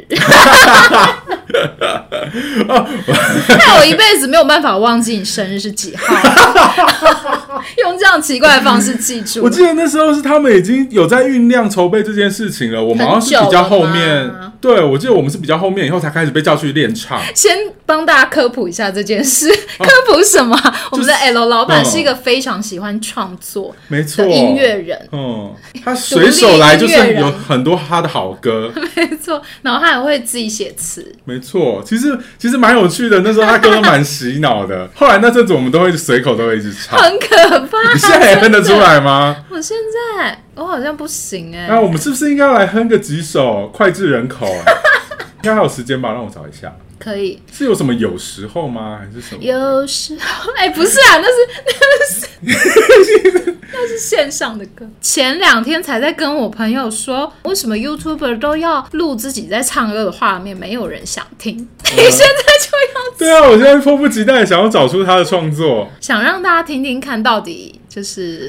[SPEAKER 1] 害我一辈子没有办法忘记你生日是几号。 用这样奇怪的方式记住。
[SPEAKER 2] 我记得那时候是他们已经有在酝酿筹备这件事情了，我们好像是比较后面，对，我记得我们是比较后面以后才开始被叫去练唱。
[SPEAKER 1] 先帮大家科普一下这件事，啊、科普什么？我们的 L 老板是一个非常喜欢创作的音乐人，
[SPEAKER 2] 嗯，他随手来就是有很多他的好歌，
[SPEAKER 1] 没错，然后他还会自己写词，
[SPEAKER 2] 没错，其实其实蛮有趣的，那时候他歌都蛮洗脑的。后来那阵子我们都会随口都会一直唱，
[SPEAKER 1] 很可怕。
[SPEAKER 2] 你现在也哼得出来吗？
[SPEAKER 1] 我现在我好像不行哎、欸。
[SPEAKER 2] 那我们是不是应该来哼个几首脍炙人口啊？应该还有时间吧？让我找一下。
[SPEAKER 1] 可以
[SPEAKER 2] 是有什么有时候吗？还是什么？
[SPEAKER 1] 有时候，哎、欸，不是啊，那是那是那是线上的歌。前两天才在跟我朋友说，为什么 YouTuber 都要录自己在唱歌的画面，没有人想听。你现在就要
[SPEAKER 2] 对啊，我现在迫不及待想要找出他的创作，
[SPEAKER 1] 想让大家听听看到底。就是，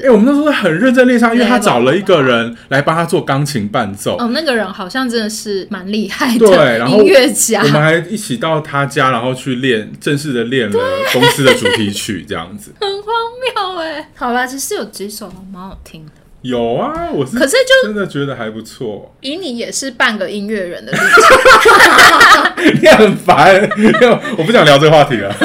[SPEAKER 2] 哎、欸，我们那时候很认真练唱，因为他找了一个人来帮他做钢琴伴奏。
[SPEAKER 1] 哦，那个人好像真的是蛮厉害的，
[SPEAKER 2] 对，然后
[SPEAKER 1] 音乐家。
[SPEAKER 2] 我们还一起到他家，然后去练，正式的练了公司的主题曲，这样子。
[SPEAKER 1] 很荒谬哎。好啦，其实有几首蛮好听的。
[SPEAKER 2] 有啊，我是，
[SPEAKER 1] 可是就
[SPEAKER 2] 真的觉得还不错。
[SPEAKER 1] 以你也是半个音乐人的立场，
[SPEAKER 2] 你很烦，我不想聊这个话题了。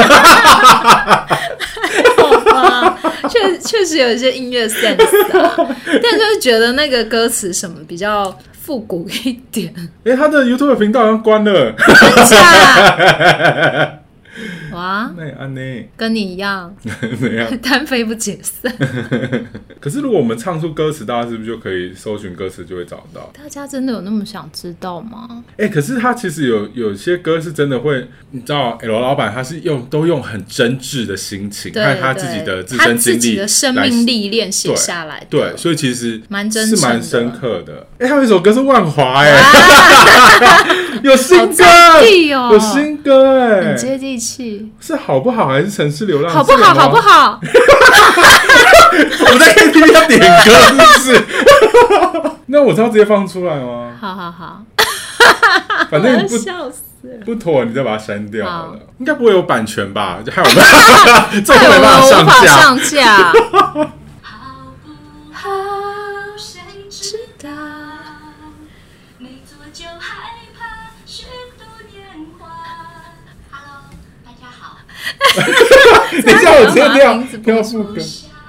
[SPEAKER 1] 确确实有一些音乐 sense 啊，但就是觉得那个歌词什么比较复古一点。
[SPEAKER 2] 哎、欸，他的 YouTube 频道好像关了，
[SPEAKER 1] 真假？哇，
[SPEAKER 2] 那也安呢？
[SPEAKER 1] 跟你一样，
[SPEAKER 2] 怎样？
[SPEAKER 1] 单飞不解散。
[SPEAKER 2] 可是如果我们唱出歌词，大家是不是就可以搜寻歌词就会找到？
[SPEAKER 1] 大家真的有那么想知道吗？
[SPEAKER 2] 哎、欸，可是他其实有有些歌是真的会，你知道 ，L 老板他是用都用很真挚的心情，和他自己的自身经历、
[SPEAKER 1] 他自己的生命历练写下来的，
[SPEAKER 2] 对，对，所以其实
[SPEAKER 1] 蛮真
[SPEAKER 2] 是蛮深刻的。哎、欸，还有一首歌是万华、欸，哎、啊，有新歌，
[SPEAKER 1] 哦、
[SPEAKER 2] 有新歌、欸，哎，
[SPEAKER 1] 很接地气。
[SPEAKER 2] 是好不好还是城市流浪？
[SPEAKER 1] 好不好？好不好？
[SPEAKER 2] 我在 K T V 要点歌，是不是？那我是要直接放出来吗？
[SPEAKER 1] 好好好，
[SPEAKER 2] 反正你不
[SPEAKER 1] 笑死了，
[SPEAKER 2] 不妥你再把它删掉了。应该不会有版权吧？就害我们这没办法上架。
[SPEAKER 1] 上架。好不好？谁知道？没做就害怕虚度年华。Hello， 大家好。
[SPEAKER 2] 等一下，我直接跳跳副歌。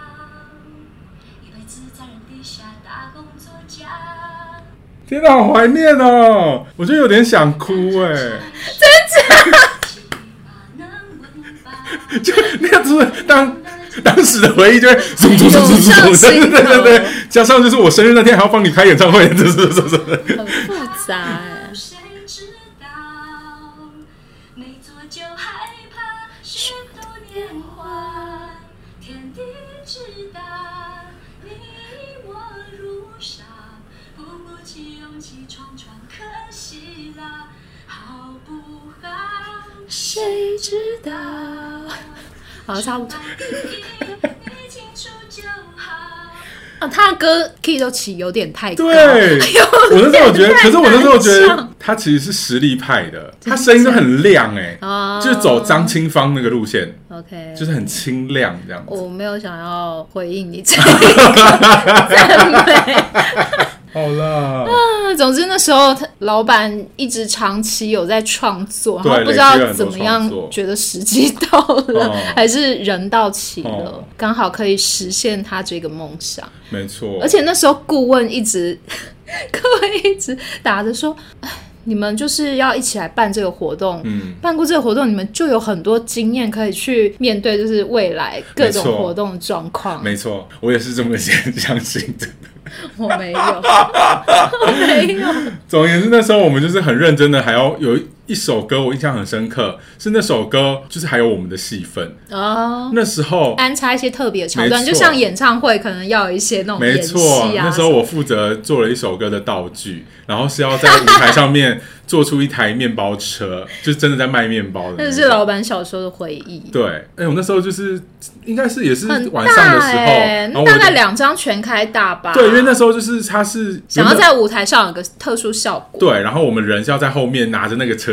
[SPEAKER 2] 天哪，好怀念哦！我觉得有点想哭哎，
[SPEAKER 1] 真假？
[SPEAKER 2] 就那样子，当当时的回忆就会嗖嗖嗖嗖嗖，对对对对，加上就是我生日那天还要帮你开演唱会，这是这是
[SPEAKER 1] 很复杂哎。谁知道？好，差不多。啊，他的歌 key 都起有点太高。
[SPEAKER 2] 对，我那时候我觉得，可是我那时候觉得他其实是实力派的，他声音都很亮哎、欸，哦、就是走张清芳那个路线
[SPEAKER 1] ，OK，
[SPEAKER 2] 就是很清亮这样子。
[SPEAKER 1] 我没有想要回应你这个赞美。
[SPEAKER 2] 好啦，
[SPEAKER 1] 啊，总之那时候老板一直长期有在创作，然后不知道怎么样，觉得时机到了，哦、还是人到齐了，刚、哦、好可以实现他这个梦想。
[SPEAKER 2] 没错，
[SPEAKER 1] 而且那时候顾问一直，顾问一直打着说，你们就是要一起来办这个活动，嗯，办过这个活动，你们就有很多经验可以去面对，就是未来各种活动的状况。
[SPEAKER 2] 没错，我也是这么相信的。
[SPEAKER 1] 我没有，我没有。
[SPEAKER 2] 总而言之，那时候我们就是很认真的，还要有一首歌，我印象很深刻，是那首歌就是还有我们的戏份哦。那时候
[SPEAKER 1] 安插一些特别桥段，就像演唱会可能要有一些那种演戏啊。
[SPEAKER 2] 没错，那时候我负责做了一首歌的道具，然后是要在舞台上面做出一台面包车，就是真的在卖面包的。
[SPEAKER 1] 那是老板小时候的回忆。
[SPEAKER 2] 对，哎、欸，我那时候就是应该是也是晚上的时候，
[SPEAKER 1] 欸、大概两张全开大吧。
[SPEAKER 2] 对，因为那时候就是他是
[SPEAKER 1] 想要在舞台上有个特殊效果。
[SPEAKER 2] 对，然后我们人是要在后面拿着那个车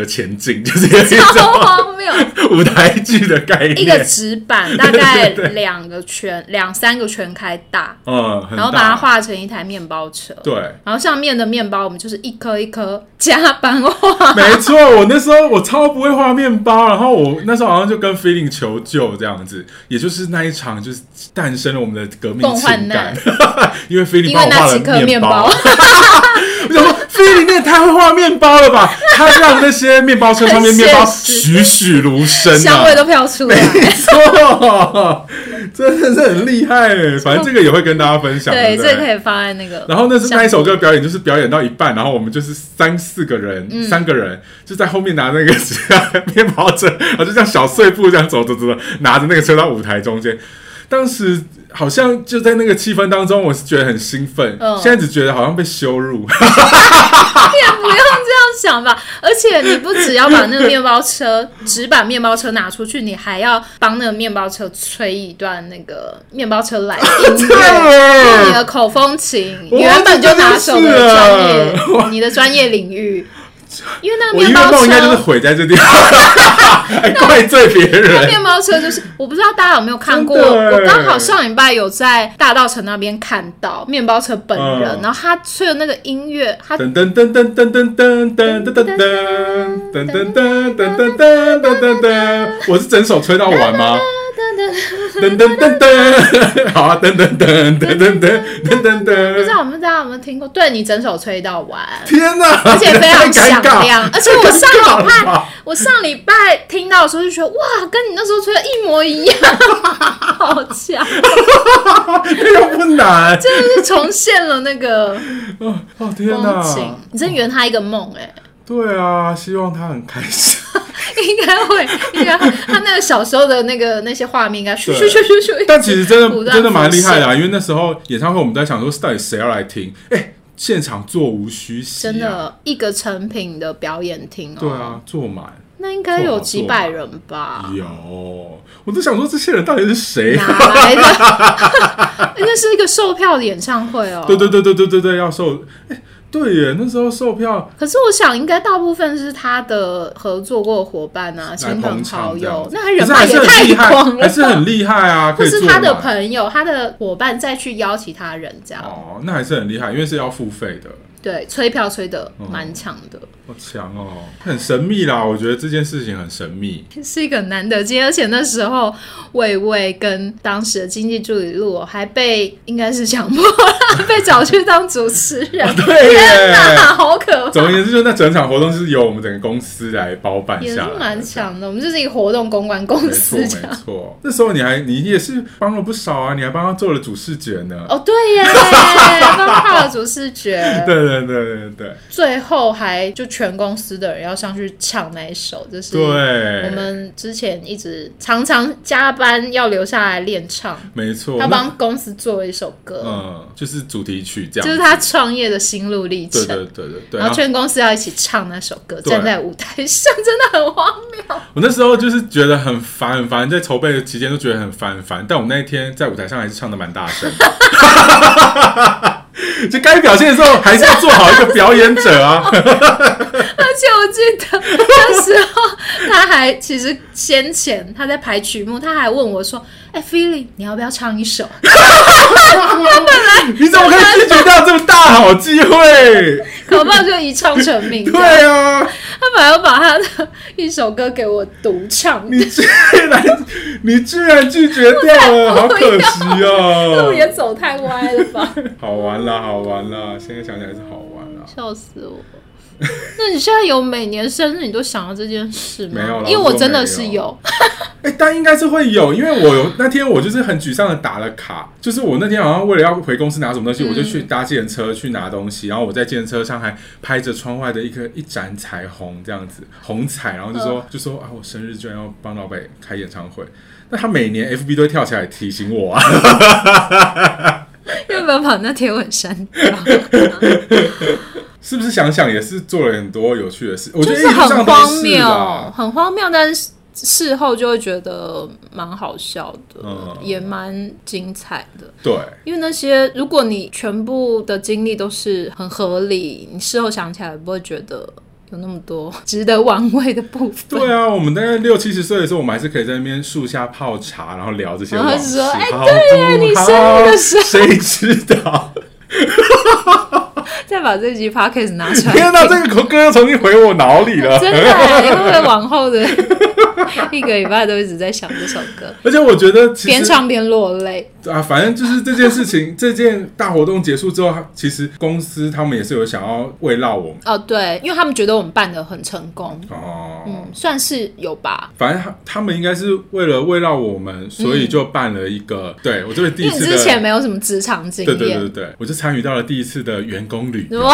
[SPEAKER 2] 车前进，就是有一种
[SPEAKER 1] 超荒谬
[SPEAKER 2] 舞台剧的概念，
[SPEAKER 1] 一个纸板大概两个圈两三个圈开大，
[SPEAKER 2] 嗯，
[SPEAKER 1] 然后把它画成一台面包车，
[SPEAKER 2] 对，
[SPEAKER 1] 然后上面的面包我们就是一颗一颗加班画，
[SPEAKER 2] 没错，我那时候我超不会画面包，然后我那时候好像就跟 Feeling 求救这样子，也就是那一场就是诞生了我们的革命情感，因为 Feeling 帮我画了面包，我想说 Feeling 你也太会画面包了吧，他让那些面包车上面面包栩栩如生、啊，
[SPEAKER 1] 香味都飘出来，
[SPEAKER 2] 没错，真的是很厉害耶，反正这个也会跟大家分享，
[SPEAKER 1] 对，
[SPEAKER 2] 对对，
[SPEAKER 1] 这个可以放在那个，
[SPEAKER 2] 然后那是那一首歌表演，就是表演到一半，然后我们就是三四个人、嗯、三个人就在后面拿那个面包车，然后就像小碎步这样走走走，拿着那个车到舞台中间。当时好像就在那个气氛当中，我是觉得很兴奋、嗯、现在只觉得好像被羞辱也
[SPEAKER 1] 不用这样想吧，而且你不只要把那个面包车纸板面包车拿出去，你还要帮那个面包车吹一段那个面包车来的音乐，用你的口风琴，你原本就拿手的专业，你的专业领域，因为那个面包车，我音乐梦应该就是
[SPEAKER 2] 毁在这地方，还怪罪别人。
[SPEAKER 1] 那面包车就是，我不知道大家有没有看过，我刚好上礼拜有在大稻埕那边看到面包车本人，嗯、然后他吹的那个音乐，他噔噔噔噔噔噔噔噔噔噔噔噔噔噔噔噔噔噔，
[SPEAKER 2] 我是整首吹到完吗？噔噔噔噔，好啊，噔噔噔噔噔噔噔噔噔，
[SPEAKER 1] 不知道我们大家有没有听过？对，你整首吹到完，
[SPEAKER 2] 天哪！
[SPEAKER 1] 而且非常响亮，而且我上礼拜我上礼拜听到的时候就觉得哇，跟你那时候吹的一模一样，好强！
[SPEAKER 2] 又不难，
[SPEAKER 1] 真的是重现了那个
[SPEAKER 2] 哦哦天哪！
[SPEAKER 1] 你真圆他一个梦哎、欸！
[SPEAKER 2] 对啊，希望他很开心。
[SPEAKER 1] 应该会，应该他那个小时候的那个那些画面应该咻咻咻咻咻。
[SPEAKER 2] 但其实真的真的蛮厉害的、啊，因为那时候演唱会我们在想说，到底谁要来听？哎、欸，现场座无虚席、啊，
[SPEAKER 1] 真的一个成品的表演厅哦。
[SPEAKER 2] 对啊，坐满。
[SPEAKER 1] 那应该有几百人吧？
[SPEAKER 2] 有，我都想说这些人到底是谁、啊？
[SPEAKER 1] 哪来的？那是一个售票的演唱会哦。
[SPEAKER 2] 对对对对对对对，要售。欸对耶，那时候售票，
[SPEAKER 1] 可是我想应该大部分是他的合作过的伙伴啊，亲朋好友，那他人脉也太广了，
[SPEAKER 2] 还是很厉害啊！
[SPEAKER 1] 或是他的朋友、他的伙伴再去邀其他人这样。
[SPEAKER 2] 哦，那还是很厉害，因为是要付费的。
[SPEAKER 1] 对，催票催的蛮强的、嗯，
[SPEAKER 2] 好强哦，很神秘啦。我觉得这件事情很神秘，
[SPEAKER 1] 是一个很难得经验。而且那时候魏魏跟当时的经济助理陆还被应该是强迫被找去当主持人，
[SPEAKER 2] 哦、对耶，
[SPEAKER 1] 天哪，好可怕！
[SPEAKER 2] 总而言之，就那整场活动是由我们整个公司来包办下来，也
[SPEAKER 1] 是蛮强的。我们就是一个活动公关公司，
[SPEAKER 2] 没错没错。那时候你还你也是帮了不少啊，你还帮他做了主视觉呢。
[SPEAKER 1] 哦，对耶，帮他画了主视觉，
[SPEAKER 2] 对对对对对。
[SPEAKER 1] 最后还就全公司的人要上去唱那一首，就是我们之前一直常常加班要留下来练唱，
[SPEAKER 2] 没错，
[SPEAKER 1] 他帮公司做了一首歌，
[SPEAKER 2] 嗯，就是主题曲这样，
[SPEAKER 1] 就是他创业的心路历程，
[SPEAKER 2] 对对对对对，
[SPEAKER 1] 然后全公司要一起唱那首歌，站在舞台上，真的很荒谬。
[SPEAKER 2] 我那时候就是觉得很烦很烦，在筹备的期间都觉得很烦很烦，但我们那一天在舞台上还是唱得蛮大声。就该表现的时候还是要做好一个表演者啊。而
[SPEAKER 1] 且我记得那时候他还其实先前他在排曲目，他还问我说：“哎、欸、，Feeling， 你要不要唱一首？”他本来
[SPEAKER 2] 你怎么可以拒绝掉这么大好机会？
[SPEAKER 1] 可不就一唱成名？
[SPEAKER 2] 对啊，
[SPEAKER 1] 他本来要把他的一首歌给我独唱，
[SPEAKER 2] 你居然你居然拒绝掉了，好可惜哦！
[SPEAKER 1] 路也走太歪了吧？
[SPEAKER 2] 好玩啦，好玩啦，现在想起来是好玩啦，
[SPEAKER 1] 笑死我！那你现在有每年生日你都想到这件事吗？
[SPEAKER 2] 没有，
[SPEAKER 1] 因为我真的是有。
[SPEAKER 2] 哎、欸，但应该是会有，因为我有那天我就是很沮丧的打了卡，就是我那天好像为了要回公司拿什么东西，嗯、我就去搭计程车去拿东西，然后我在计程车上还拍着窗外的一颗一盏彩虹这样子红彩，然后就说、嗯、就说啊，我生日居然要帮老北开演唱会，那他每年 F B 都会跳起来提醒我啊。
[SPEAKER 1] 要不要把那贴文删掉？
[SPEAKER 2] 是不是想想也是做了很多有趣的事？我觉得
[SPEAKER 1] 就是很荒谬，很荒谬，但是事后就会觉得蛮好笑的，嗯、也蛮精彩的。
[SPEAKER 2] 对，
[SPEAKER 1] 因为那些如果你全部的经历都是很合理，你事后想起来不会觉得有那么多值得玩味的部分。
[SPEAKER 2] 对啊，我们大概六七十岁的时候，我们还是可以在那边树下泡茶，然后聊这些往事。
[SPEAKER 1] 然后说：“哎、欸，对呀，你生日的时候，
[SPEAKER 2] 谁知道？”
[SPEAKER 1] 再把这集 podcast 拿出来，
[SPEAKER 2] 天哪，这个歌又重新回我脑里了。
[SPEAKER 1] 真的耶，会不会往后的一个礼拜都一直在想这首歌？
[SPEAKER 2] 而且我觉得其实
[SPEAKER 1] 边唱边落泪
[SPEAKER 2] 啊，反正就是这件事情，这件大活动结束之后，其实公司他们也是有想要慰劳我们。
[SPEAKER 1] 哦，对，因为他们觉得我们办得很成功。
[SPEAKER 2] 哦，
[SPEAKER 1] 嗯，算是有吧。
[SPEAKER 2] 反正他们应该是为了慰劳我们，所以就办了一个。嗯、对我这边第一次的，
[SPEAKER 1] 因为之前没有什么职场经验。
[SPEAKER 2] 对对对对对，我就参与到了第一次的员工旅游。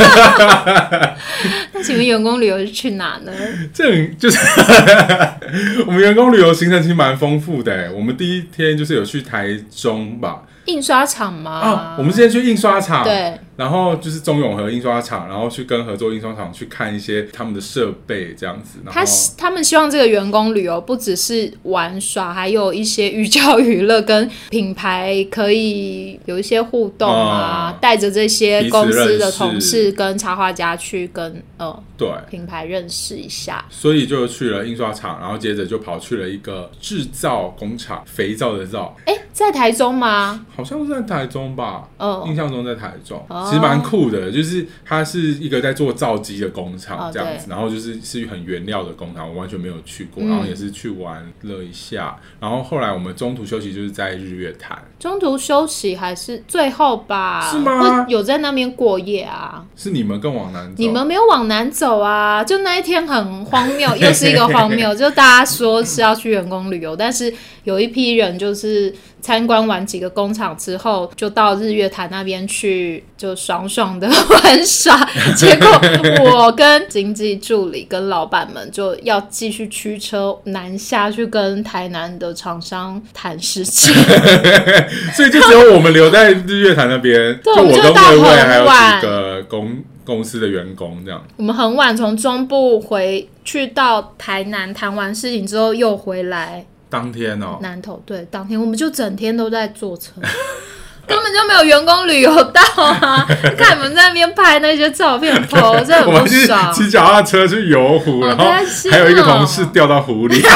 [SPEAKER 1] 那请问员工旅游是去哪呢？
[SPEAKER 2] 这就是我们员工旅游行程其实蛮丰富的。我们第一天就是有去台中吧。
[SPEAKER 1] 印刷厂吗？
[SPEAKER 2] 啊，我们之前去印刷厂，
[SPEAKER 1] 对，
[SPEAKER 2] 然后就是中永和印刷厂，然后去跟合作印刷厂去看一些他们的设备这样子。然后他
[SPEAKER 1] 他们希望这个员工旅游不只是玩耍，还有一些寓教于乐，跟品牌可以有一些互动啊，带着、嗯、这些公司的同事跟插画家去跟呃
[SPEAKER 2] 对
[SPEAKER 1] 品牌认识一下。
[SPEAKER 2] 所以就去了印刷厂，然后接着就跑去了一个制造工厂，肥皂的皂。
[SPEAKER 1] 哎，在台中吗？
[SPEAKER 2] 好像是在台中吧，
[SPEAKER 1] 哦、
[SPEAKER 2] 印象中在台中，哦、其实蛮酷的，就是它是一个在做皂基的工厂这样子，哦、然后就是是很原料的工厂，我完全没有去过，嗯、然后也是去玩了一下，然后后来我们中途休息就是在日月潭，
[SPEAKER 1] 中途休息还是最后吧？
[SPEAKER 2] 是吗？
[SPEAKER 1] 有在那边过夜啊？
[SPEAKER 2] 是你们更往南走，
[SPEAKER 1] 你们没有往南走啊？就那一天很荒谬，又是一个荒谬，就大家说是要去员工旅游，但是有一批人就是参观完几个工厂之后，就到日月潭那边去，就爽爽的玩耍。结果我跟经济助理跟老板们就要继续驱车南下去跟台南的厂商谈事情，
[SPEAKER 2] 所以就只有我们留在日月潭那边，就我跟魏魏还有几个公公司的员工这样。
[SPEAKER 1] 我们很晚从中部回去到台南谈完事情之后又回来。
[SPEAKER 2] 当天哦，
[SPEAKER 1] 南投对，当天我们就整天都在坐车，根本就没有员工旅游到啊！看你们在那边拍那些照片 po， 真的很不爽。
[SPEAKER 2] 我们骑脚踏车去游湖，然后还有一个同事掉到湖里，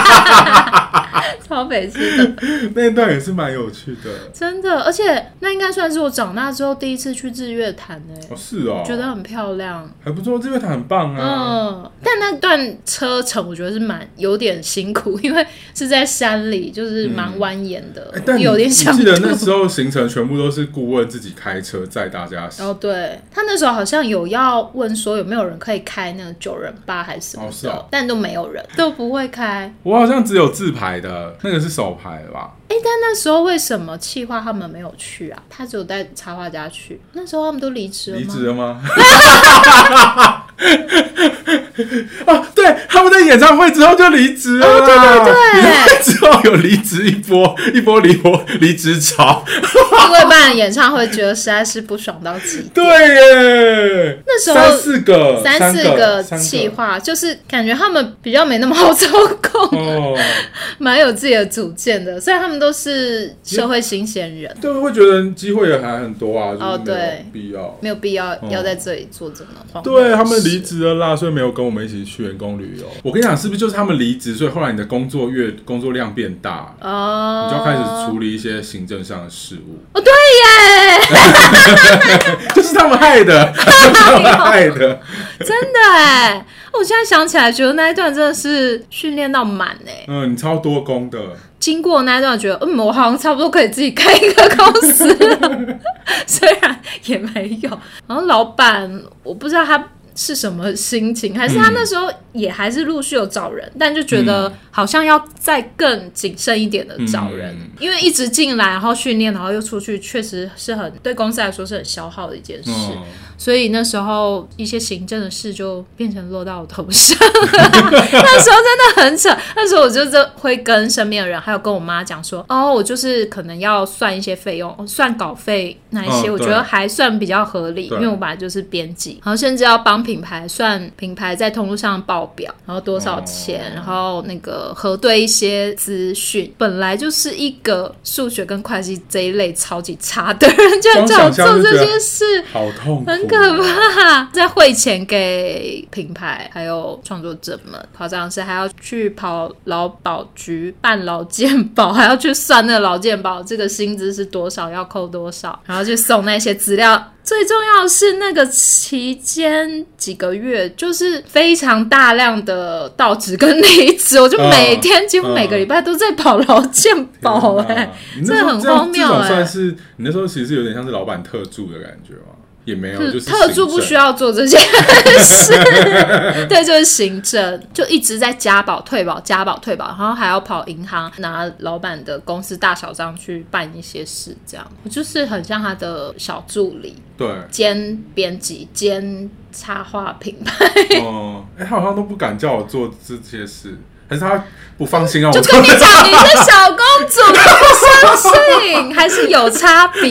[SPEAKER 1] 超北七的。
[SPEAKER 2] 那一段也是蛮有趣的，
[SPEAKER 1] 真的，而且那应该算是我长大之后第一次去日月潭诶、欸。
[SPEAKER 2] 哦，是哦，
[SPEAKER 1] 觉得很漂亮，
[SPEAKER 2] 还不错，日月潭很棒啊。
[SPEAKER 1] 嗯，但那段车程我觉得是蛮有点辛苦，因为是在山里，就是蛮蜿蜒的，嗯欸、有点想吐。
[SPEAKER 2] 记得那时候行程全部都是顾问自己开车载大家。
[SPEAKER 1] 哦，对，他那时候好像有要问说有没有人可以开那个九人八还是什么的，哦是哦、但都没有人，都不会开。
[SPEAKER 2] 我好像只有自排的，那个是手排的吧？
[SPEAKER 1] 哎、欸，但那时候为什么企划他们没有去啊？他只有带插画家去。那时候他们都离职了吗？
[SPEAKER 2] 离职了吗？哦，对，他们在演唱会之后就离职了。哦，
[SPEAKER 1] 对对对，
[SPEAKER 2] 演唱会之后有离职一波，一波离波离职潮。
[SPEAKER 1] 因为办演唱会觉得实在是不爽到极点。
[SPEAKER 2] 对耶，
[SPEAKER 1] 那时候
[SPEAKER 2] 三四个，
[SPEAKER 1] 三四个企划，就是感觉他们比较没那么好操控，哦，蛮有自己的主见的。虽然他们都是社会新鲜人，
[SPEAKER 2] 对，会觉得机会也还很多啊，
[SPEAKER 1] 哦，
[SPEAKER 2] 就是没有必要，
[SPEAKER 1] 没有必要要在这里做这么荒
[SPEAKER 2] 谬的事。对，他们离职了啦，所以没有跟我们一起去员工旅游。我跟你讲，是不是就是他们离职，所以后来你的工作越工作量变大，哦，你就要开始处理一些行政上的事务。
[SPEAKER 1] 哦，对耶，
[SPEAKER 2] 就是他们害的，他们害的，
[SPEAKER 1] 真的哎！我现在想起来，觉得那一段真的是训练到满哎。
[SPEAKER 2] 嗯，你超多工的。
[SPEAKER 1] 经过那一段，觉得嗯，我好像差不多可以自己开一个公司了，虽然也没有。然后老板，我不知道他是什么心情，还是他那时候也还是陆续有找人，嗯、但就觉得好像要再更谨慎一点的找人，嗯、因为一直进来，然后训练，然后又出去，确实是很对公司来说是很消耗的一件事。嗯、所以那时候一些行政的事就变成落到我头上，那时候真的很扯。那时候我就会跟身边的人，还有跟我妈讲说，哦，我就是可能要算一些费用，算稿费那一些，哦、我觉得还算比较合理，因为我本来就是编辑，然后甚至要帮品牌算品牌在通路上报表，然后多少钱，哦、然后那个核对一些资讯。本来就是一个数学跟会计这一类超级差的人，就叫我做这些事，
[SPEAKER 2] 好痛苦，
[SPEAKER 1] 很可怕。在汇钱给品牌还有创作者们，夸张的是还要去跑劳保局办劳健保，还要去算那个劳健保这个薪资是多少，要扣多少，然后去送那些资料。最重要的是那个期间几个月就是非常大量的到职跟离职，我就每天、嗯、几乎每个礼拜都在跑劳健保。哎、欸，这很荒谬哎、欸！
[SPEAKER 2] 这种算是你那时候其实有点像是老板特助的感觉吗？也没有，就是
[SPEAKER 1] 特助不需要做这件事，对，就是行政，就一直在加保、退保、加保、退保，然后还要跑银行拿老板的公司大小账去办一些事，这样我就是很像他的小助理，
[SPEAKER 2] 对，
[SPEAKER 1] 兼编辑、兼插画品牌。
[SPEAKER 2] 哦，哎、欸，他好像都不敢叫我做这些事。还是他不放心让我
[SPEAKER 1] 就跟你讲，你是小公主，不相信，还是有差别。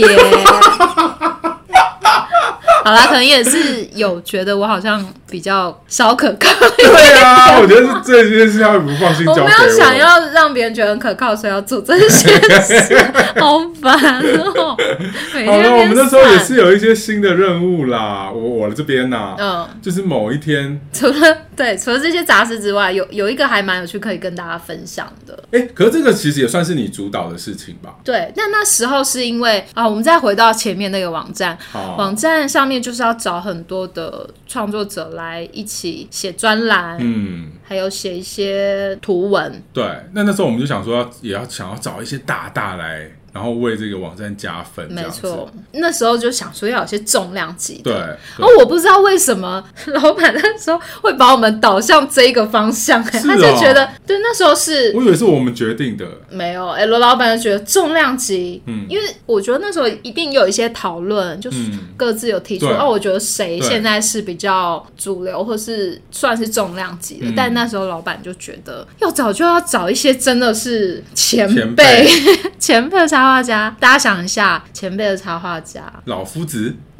[SPEAKER 1] 好啦，可能也是有觉得我好像比较少可靠。
[SPEAKER 2] 对啊，我觉得是这件事他会不放心交给我。
[SPEAKER 1] 我没有想要让别人觉得很可靠，所以要做这些事，好烦哦。
[SPEAKER 2] 好了，我们那时候也是有一些新的任务啦。我我这边呐、啊，嗯，就是某一天，
[SPEAKER 1] 除了对除了这些杂事之外，有有一个还蛮有趣可以跟大家分享的。
[SPEAKER 2] 哎、欸，可是这个其实也算是你主导的事情吧？
[SPEAKER 1] 对，但那时候是因为啊，我们再回到前面那个网站，网站上面就是要找很多的创作者来一起写专栏，嗯，还有写一些图文。
[SPEAKER 2] 对，那那时候我们就想说要，也要想要找一些大大来。然后为这个网站加分，没错。
[SPEAKER 1] 那时候就想说要有些重量级的，
[SPEAKER 2] 对。
[SPEAKER 1] 然后我不知道为什么老板那时候会把我们导向这一个方向、欸，
[SPEAKER 2] 是哦、
[SPEAKER 1] 他就觉得，对，那时候是，
[SPEAKER 2] 我以为是我们决定的，
[SPEAKER 1] 没有。哎、欸，罗老板就觉得重量级，嗯，因为我觉得那时候一定有一些讨论，就是各自有提出，哦、嗯啊，我觉得谁现在是比较主流，或是算是重量级的，嗯、但那时候老板就觉得要找就要找一些真的是前辈，前辈才。插画家，大家想一下，前辈的插画家，
[SPEAKER 2] 老夫子，
[SPEAKER 1] 再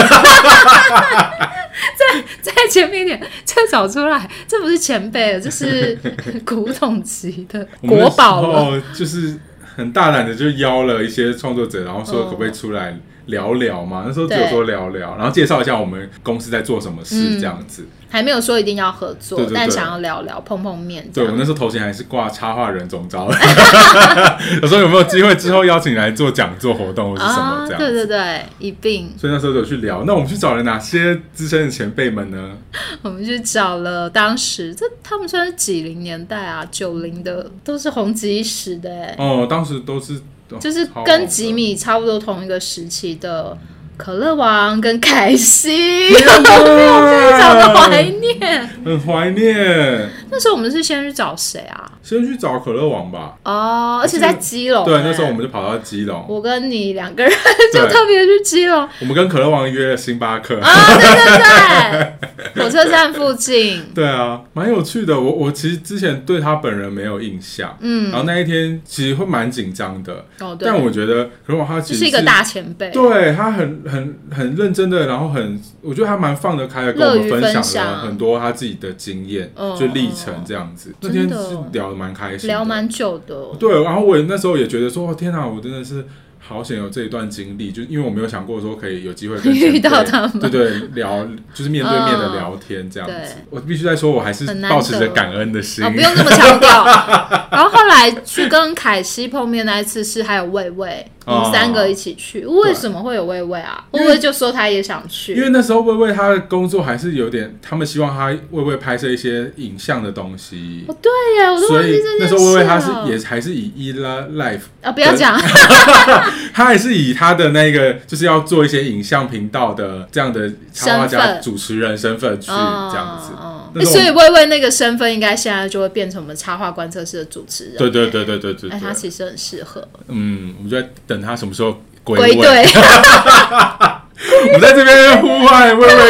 [SPEAKER 1] 再前面一点，再找出来，这不是前辈了，这是古董级的国宝了。
[SPEAKER 2] 哦，就是很大胆的就邀了一些创作者，然后说可不可以出来聊聊嘛？那时候只有说聊聊，然后介绍一下我们公司在做什么事，这样子。嗯，还
[SPEAKER 1] 没有说一定要合作，对对对，但想要聊聊碰碰面。
[SPEAKER 2] 对，我那时候头衔还是挂插画人总招，有时候有没有机会之后邀请来做讲座活动或是什么这样、啊、
[SPEAKER 1] 对对对，一并。
[SPEAKER 2] 所以那时候就有去聊。那我们去找了哪些资深的前辈们呢？
[SPEAKER 1] 我们去找了当时这他们算是几零年代啊，九零的都是红极一时的哎。
[SPEAKER 2] 哦，当时都是
[SPEAKER 1] 就是跟吉米差不多同一个时期的。可乐王跟凯西，我非常的怀念，
[SPEAKER 2] 很怀念。
[SPEAKER 1] 那时候我们是先去找谁啊？
[SPEAKER 2] 先去找可乐王吧。
[SPEAKER 1] 哦，而且在基隆、欸。
[SPEAKER 2] 对，那时候我们就跑到基隆。
[SPEAKER 1] 我跟你两个人就特别去基隆。
[SPEAKER 2] 我们跟可乐王约了星巴克。
[SPEAKER 1] 啊、哦，对对对，火车站附近。
[SPEAKER 2] 对啊，蛮有趣的。我我其实之前对他本人没有印象，嗯，然后那一天其实会蛮紧张的。哦，对。但我觉得可乐王他其实
[SPEAKER 1] 是, 是一个大前辈，
[SPEAKER 2] 对他很。很很认真的，然后很，我觉得他蛮放得开的，跟我们分享了很多他自己的经验，就历程这样子。那天是聊得蛮开心的，
[SPEAKER 1] 聊蛮久的。
[SPEAKER 2] 对，然后我那时候也觉得说，天哪，我真的是好险有这一段经历，就因为我没有想过说可以有机会跟
[SPEAKER 1] 遇到他们，
[SPEAKER 2] 对对，聊就是面对面的聊天这样子。我必须再说，我还是抱持着感恩的心，
[SPEAKER 1] 哦、不用这么强调。然后后来去跟凯西碰面那一次是还有魏魏。我们三个一起去，哦、为什么会有魏魏啊？魏魏就说他也想去，
[SPEAKER 2] 因为那时候魏魏他的工作还是有点，他们希望他魏魏拍摄一些影像的东西。
[SPEAKER 1] 哦，对耶，我都忘记这件事了。
[SPEAKER 2] 所以那时候魏魏他是也还是以 E-La Life
[SPEAKER 1] 啊，不要讲，
[SPEAKER 2] 他还是以他的那个就是要做一些影像频道的这样的插画家主持人身份去这样子。哦
[SPEAKER 1] 欸、所以魏魏那个身份应该现在就会变成我们插画观测室的主持人。
[SPEAKER 2] 对对对对对 对, 对、欸，
[SPEAKER 1] 他其实很适合。
[SPEAKER 2] 嗯，我们就在等他什么时候归
[SPEAKER 1] 位。归队。
[SPEAKER 2] 我们在这边呼唤魏魏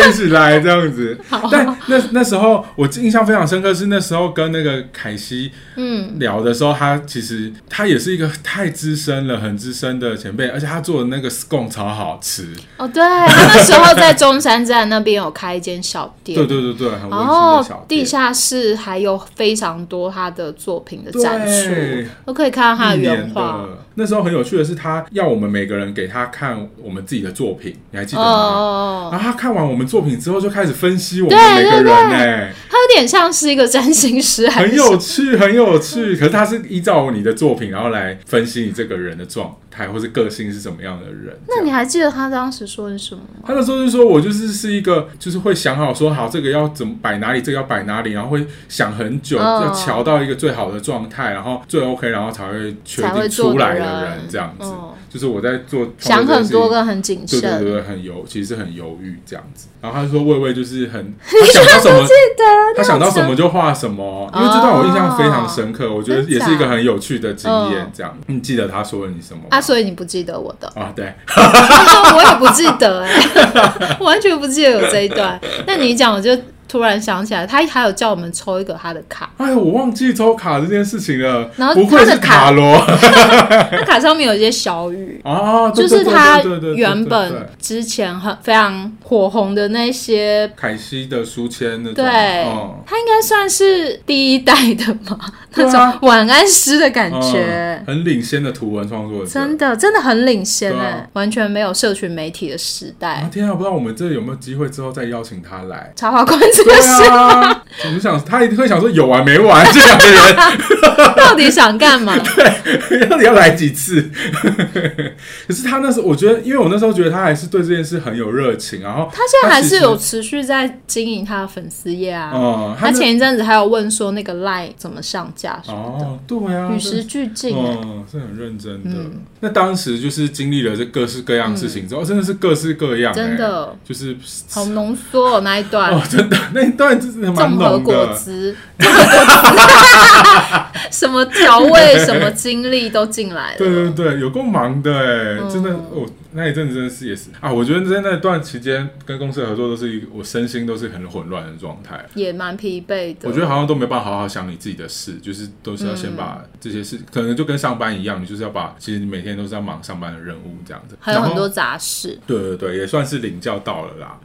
[SPEAKER 2] 一起来这样子。但那那时候我印象非常深刻，是那时候跟那个凯西嗯聊的时候，他其实他也是一个太资深了，很资深的前辈，而且他做的那个 scone 超好吃。
[SPEAKER 1] 哦，对，他那时候在中山站那边有开一间小店，
[SPEAKER 2] 对对对对，很温馨的小店。然
[SPEAKER 1] 后地下室还有非常多他的作品的展出，都可以看到他的原画。
[SPEAKER 2] 那时候很有趣的是，他要我们每个人给他看我们自己的作品，你还记得吗？哦、然后他看完我们作品之后，就开始分析我们每个人呢、欸。
[SPEAKER 1] 他有点像是一个占星师，
[SPEAKER 2] 很有趣，很有趣。可是他是依照你的作品，然后来分析你这个人的状态或是个性是什么样的人。
[SPEAKER 1] 那你还记得他当时说是什么吗？
[SPEAKER 2] 他那时候就说我就是是一个，就是会想好说好这个要怎么摆哪里，这个要摆哪里，然后会想很久，哦、要调到一个最好的状态，然后最 OK， 然后才会确定出来的人这样子。哦、就是我在做
[SPEAKER 1] 想很多跟很谨慎，
[SPEAKER 2] 对对对，很犹，其实是很犹豫这样子。然后他说魏魏就是很，他想到什么，他想到什么就画什么，因为这段我印象非常深刻，我觉得也是一个很有趣的经验。这样，你记得他说了你什么吗？
[SPEAKER 1] 啊，所以你不记得我的
[SPEAKER 2] 啊？对，
[SPEAKER 1] 我也不记得哎、欸，完全不记得有这一段。那你讲，我就突然想起来，他还有叫我们抽一个他的卡。
[SPEAKER 2] 哎，我忘记抽卡这件事情了。
[SPEAKER 1] 然后
[SPEAKER 2] 不愧是塔罗，
[SPEAKER 1] 他卡上面有一些小语
[SPEAKER 2] 哦，
[SPEAKER 1] 就是他原本之前很非常火红的那些
[SPEAKER 2] 凯西的书签那种。
[SPEAKER 1] 对，哦、他应该算是第一代的嘛，那种晚安诗的感觉，
[SPEAKER 2] 嗯、很领先的图文创作者，
[SPEAKER 1] 真的真的很领先哎、啊，完全没有社群媒体的时代。
[SPEAKER 2] 啊、天啊，不知道我们这有没有机会之后再邀请他来
[SPEAKER 1] 插花馆这个事。
[SPEAKER 2] 啊，我们想他一定会想说有完没完这两个人
[SPEAKER 1] 到底想干嘛？
[SPEAKER 2] 对，到底要来几次？可是他那时候，我觉得，因为我那时候觉得他还是对这件事很有热情，然后
[SPEAKER 1] 他现在还是有持续在经营他的粉丝页啊。哦、他, 他前一阵子还有问说那个 Line 怎么上架什么的。哦，
[SPEAKER 2] 对啊，
[SPEAKER 1] 与时俱进、欸，
[SPEAKER 2] 哦，是很认真的、嗯。那当时就是经历了这各式各样事情之后，嗯、真的是各式各样、欸，真的就是
[SPEAKER 1] 好浓缩哦那一段。
[SPEAKER 2] 哦，真的那一段。真的蛮浓的，综合
[SPEAKER 1] 果汁，综合果汁，什么调味、什么精力都进来了。
[SPEAKER 2] 对对对，有够忙的哎、嗯，真的，我、哦、那一阵子真的是也是啊，我觉得在那段期间跟公司的合作都是我身心都是很混乱的状态，
[SPEAKER 1] 也蛮疲惫的。
[SPEAKER 2] 我觉得好像都没办法好好想你自己的事，就是都是要先把这些事，嗯、可能就跟上班一样，你就是要把，其实你每天都是要忙上班的任务这样子，
[SPEAKER 1] 还有很多杂事。
[SPEAKER 2] 对对对，也算是领教到了啦。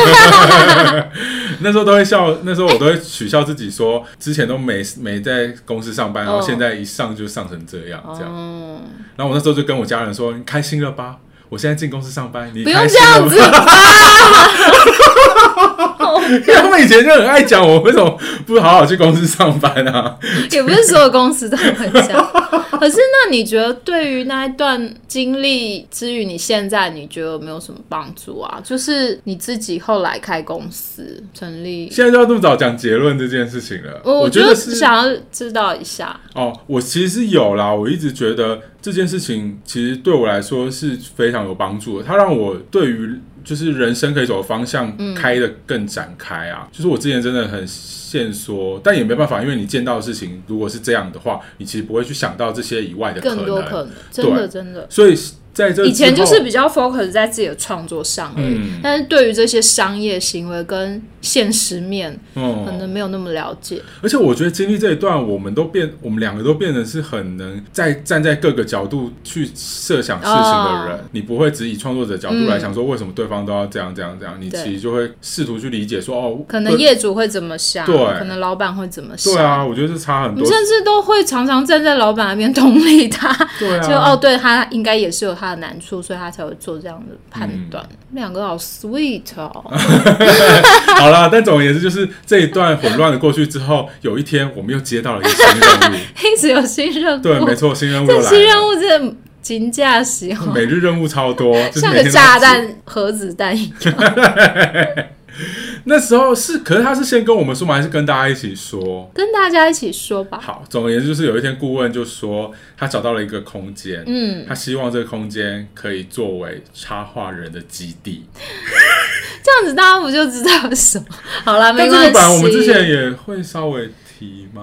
[SPEAKER 2] 那时候都会笑，那时候我都会取笑自己说，之前都没没在公司上班，然后现在一上就上成这样，这样。哦、然后我那时候就跟我家人说：“你开心了吧？我现在进公司上班，你开心了吧？”不用这样子吧。因为他们以前就很爱讲我为什么不好好去公司上班啊？
[SPEAKER 1] 也不是所有公司都会讲。可是那你觉得对于那一段经历之于你现在你觉得有没有什么帮助啊？就是你自己后来开公司成立，
[SPEAKER 2] 现在就要这么早讲结论这件事情了。
[SPEAKER 1] 我觉得是想要知道一下
[SPEAKER 2] 哦。我其实是有啦，我一直觉得这件事情其实对我来说是非常有帮助的，它让我对于就是人生可以走的方向开得更展开啊、嗯、就是我之前真的很限缩，但也没办法，因为你见到的事情如果是这样的话，你其实不会去想到这些以外的可能，
[SPEAKER 1] 更多可能，真的真的。
[SPEAKER 2] 所以在这
[SPEAKER 1] 以前就是比较 focus 在自己的创作上而已、嗯、但是对于这些商业行为跟现实面、嗯、可能没有那么了解。
[SPEAKER 2] 而且我觉得经历这一段，我们都变，我们两个都变成是很能在站在各个角度去设想事情的人、哦、你不会只以创作者角度来想说为什么对方都要这样这样这样、嗯、你其实就会试图去理解说哦，
[SPEAKER 1] 可能业主会怎么想，对，可能老板会怎么想。
[SPEAKER 2] 对啊，我觉得是差很多。
[SPEAKER 1] 你甚至都会常常站在老板那边同理他，
[SPEAKER 2] 对啊，
[SPEAKER 1] 就哦，对，他应该也是有他的难处，所以他才会做这样的判断。两、嗯、个好 sweet 哦。
[SPEAKER 2] 好啦，但总而言之，就是这一段混乱的过去之后，有一天我们又接到了一个新任务，
[SPEAKER 1] 一直有新任务。
[SPEAKER 2] 对，没错，新任务又来了。
[SPEAKER 1] 这新任务真的金价喜欢，
[SPEAKER 2] 每日任务超多，就是、
[SPEAKER 1] 像个炸弹核子弹一样。
[SPEAKER 2] 那时候是，可是他是先跟我们说吗？还是跟大家一起说？
[SPEAKER 1] 跟大家一起说吧。
[SPEAKER 2] 好，总而言之，就是有一天顾问就说他找到了一个空间，嗯，他希望这个空间可以作为插画人的基地。
[SPEAKER 1] 这样子大家不就知道什么？好啦，没关系。
[SPEAKER 2] 但这个版我们之前也会稍微提吗？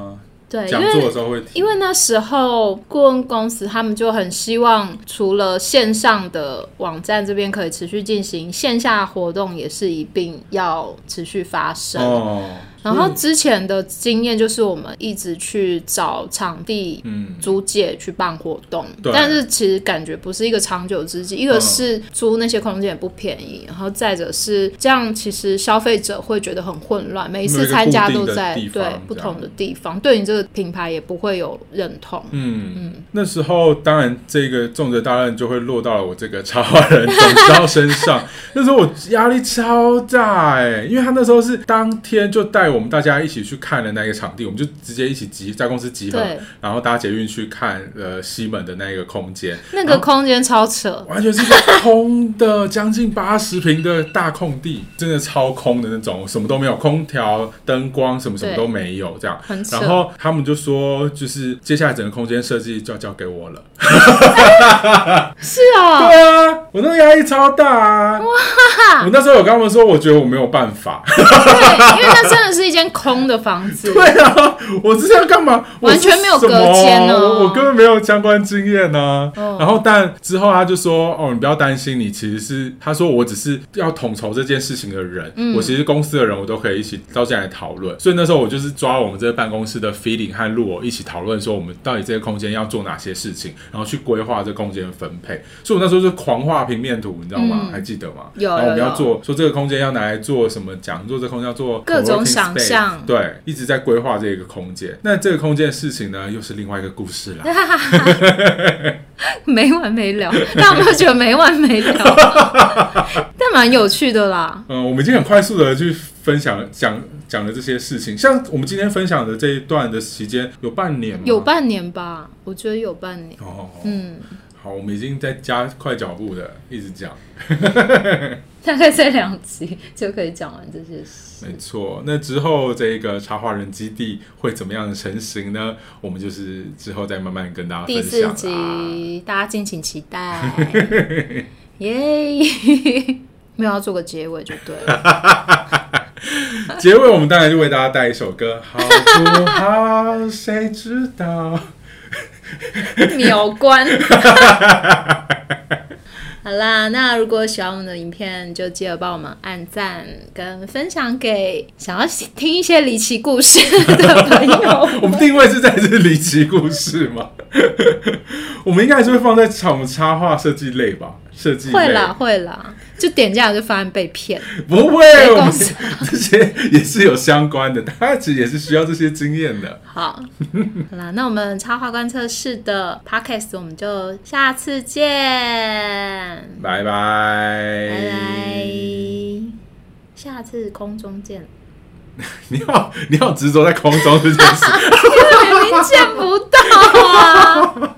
[SPEAKER 1] 对，
[SPEAKER 2] 讲座的时候会提，
[SPEAKER 1] 因为那时候顾问公司他们就很希望除了线上的网站这边可以持续进行，线下活动也是一并要持续发生。哦，然后之前的经验就是我们一直去找场地租借去办活动、嗯、但是其实感觉不是一个长久之计，一个是租那些空间也不便宜，然后再者是这样其实消费者会觉得很混乱，每一次参加都在对不同的地方，对你这个品牌也不会有认同。嗯
[SPEAKER 2] 嗯，那时候当然这个重责大任就会落到了我这个插画人总招身上那时候我压力超大哎、欸，因为他那时候是当天就带我们大家一起去看的那个场地，我们就直接一起集在公司集合，然后搭捷运去看呃西门的那个空间，
[SPEAKER 1] 那个空间超扯，
[SPEAKER 2] 完全是个空的将近八十平的大空地，真的超空的那种，什么都没有，空调灯光什么什么都没有这样，然后他们就说就是接下来整个空间设计就要交给我了
[SPEAKER 1] 是啊、
[SPEAKER 2] 哦、对啊，我那个压力超大啊，哇，我那时候有跟他们说我觉得我没有办法
[SPEAKER 1] 对，因为那真的是一间空的房子
[SPEAKER 2] 对啊，我这是要干嘛，
[SPEAKER 1] 完全没有隔间呢、
[SPEAKER 2] 哦、我根本没有相关经验啊、哦、然后但之后他就说哦，你不要担心，你其实是他说我只是要统筹这件事情的人、嗯、我其实公司的人我都可以一起招进来讨论，所以那时候我就是抓我们这个办公室的 feeling 和路我一起讨论说我们到底这个空间要做哪些事情，然后去规划这个空间的分配，所以我那时候就狂画平面图，你知道吗、嗯、还记得吗？
[SPEAKER 1] 有，
[SPEAKER 2] 然后我们要做说这个空间要拿来做什么讲座，这个空间要做
[SPEAKER 1] 各种想象，
[SPEAKER 2] 对，一直在规划这个空间。那这个空间的事情呢又是另外一个故事了
[SPEAKER 1] 没完没了，但我们觉得没完没了但蛮有趣的啦。
[SPEAKER 2] 嗯，我们已经很快速的去分享讲讲了这些事情，像我们今天分享的这一段的期间有半年吗？
[SPEAKER 1] 有半年吧，我觉得有半年。
[SPEAKER 2] 哦，嗯，好，我们已经在加快脚步的一直讲
[SPEAKER 1] 大概在两集就可以讲完这些事。
[SPEAKER 2] 没错，那之后这个插画人基地会怎么样的成型呢？我们就是之后再慢慢跟大家分享。第四
[SPEAKER 1] 集大家敬请期待耶没有要做个结尾就对了
[SPEAKER 2] 结尾我们当然就为大家带一首歌好不好谁知道
[SPEAKER 1] 秒关好啦，那如果喜欢我们的影片就记得帮我们按赞跟分享给想要听一些离奇故事的朋友
[SPEAKER 2] 我们定位是在这离奇故事吗我们应该还是会放在我们插画设计类吧，设计类
[SPEAKER 1] 会啦会啦，就点进来就发现被骗，
[SPEAKER 2] 不会，我们这些也是有相关的，大家其实也是需要这些经验的。
[SPEAKER 1] 好，好啦，那我们插画观测室的 podcast 我们就下次见，
[SPEAKER 2] 拜拜，
[SPEAKER 1] 拜拜，下次空中见。
[SPEAKER 2] 你好，你好执着在空中这件事，
[SPEAKER 1] 明明见不到啊。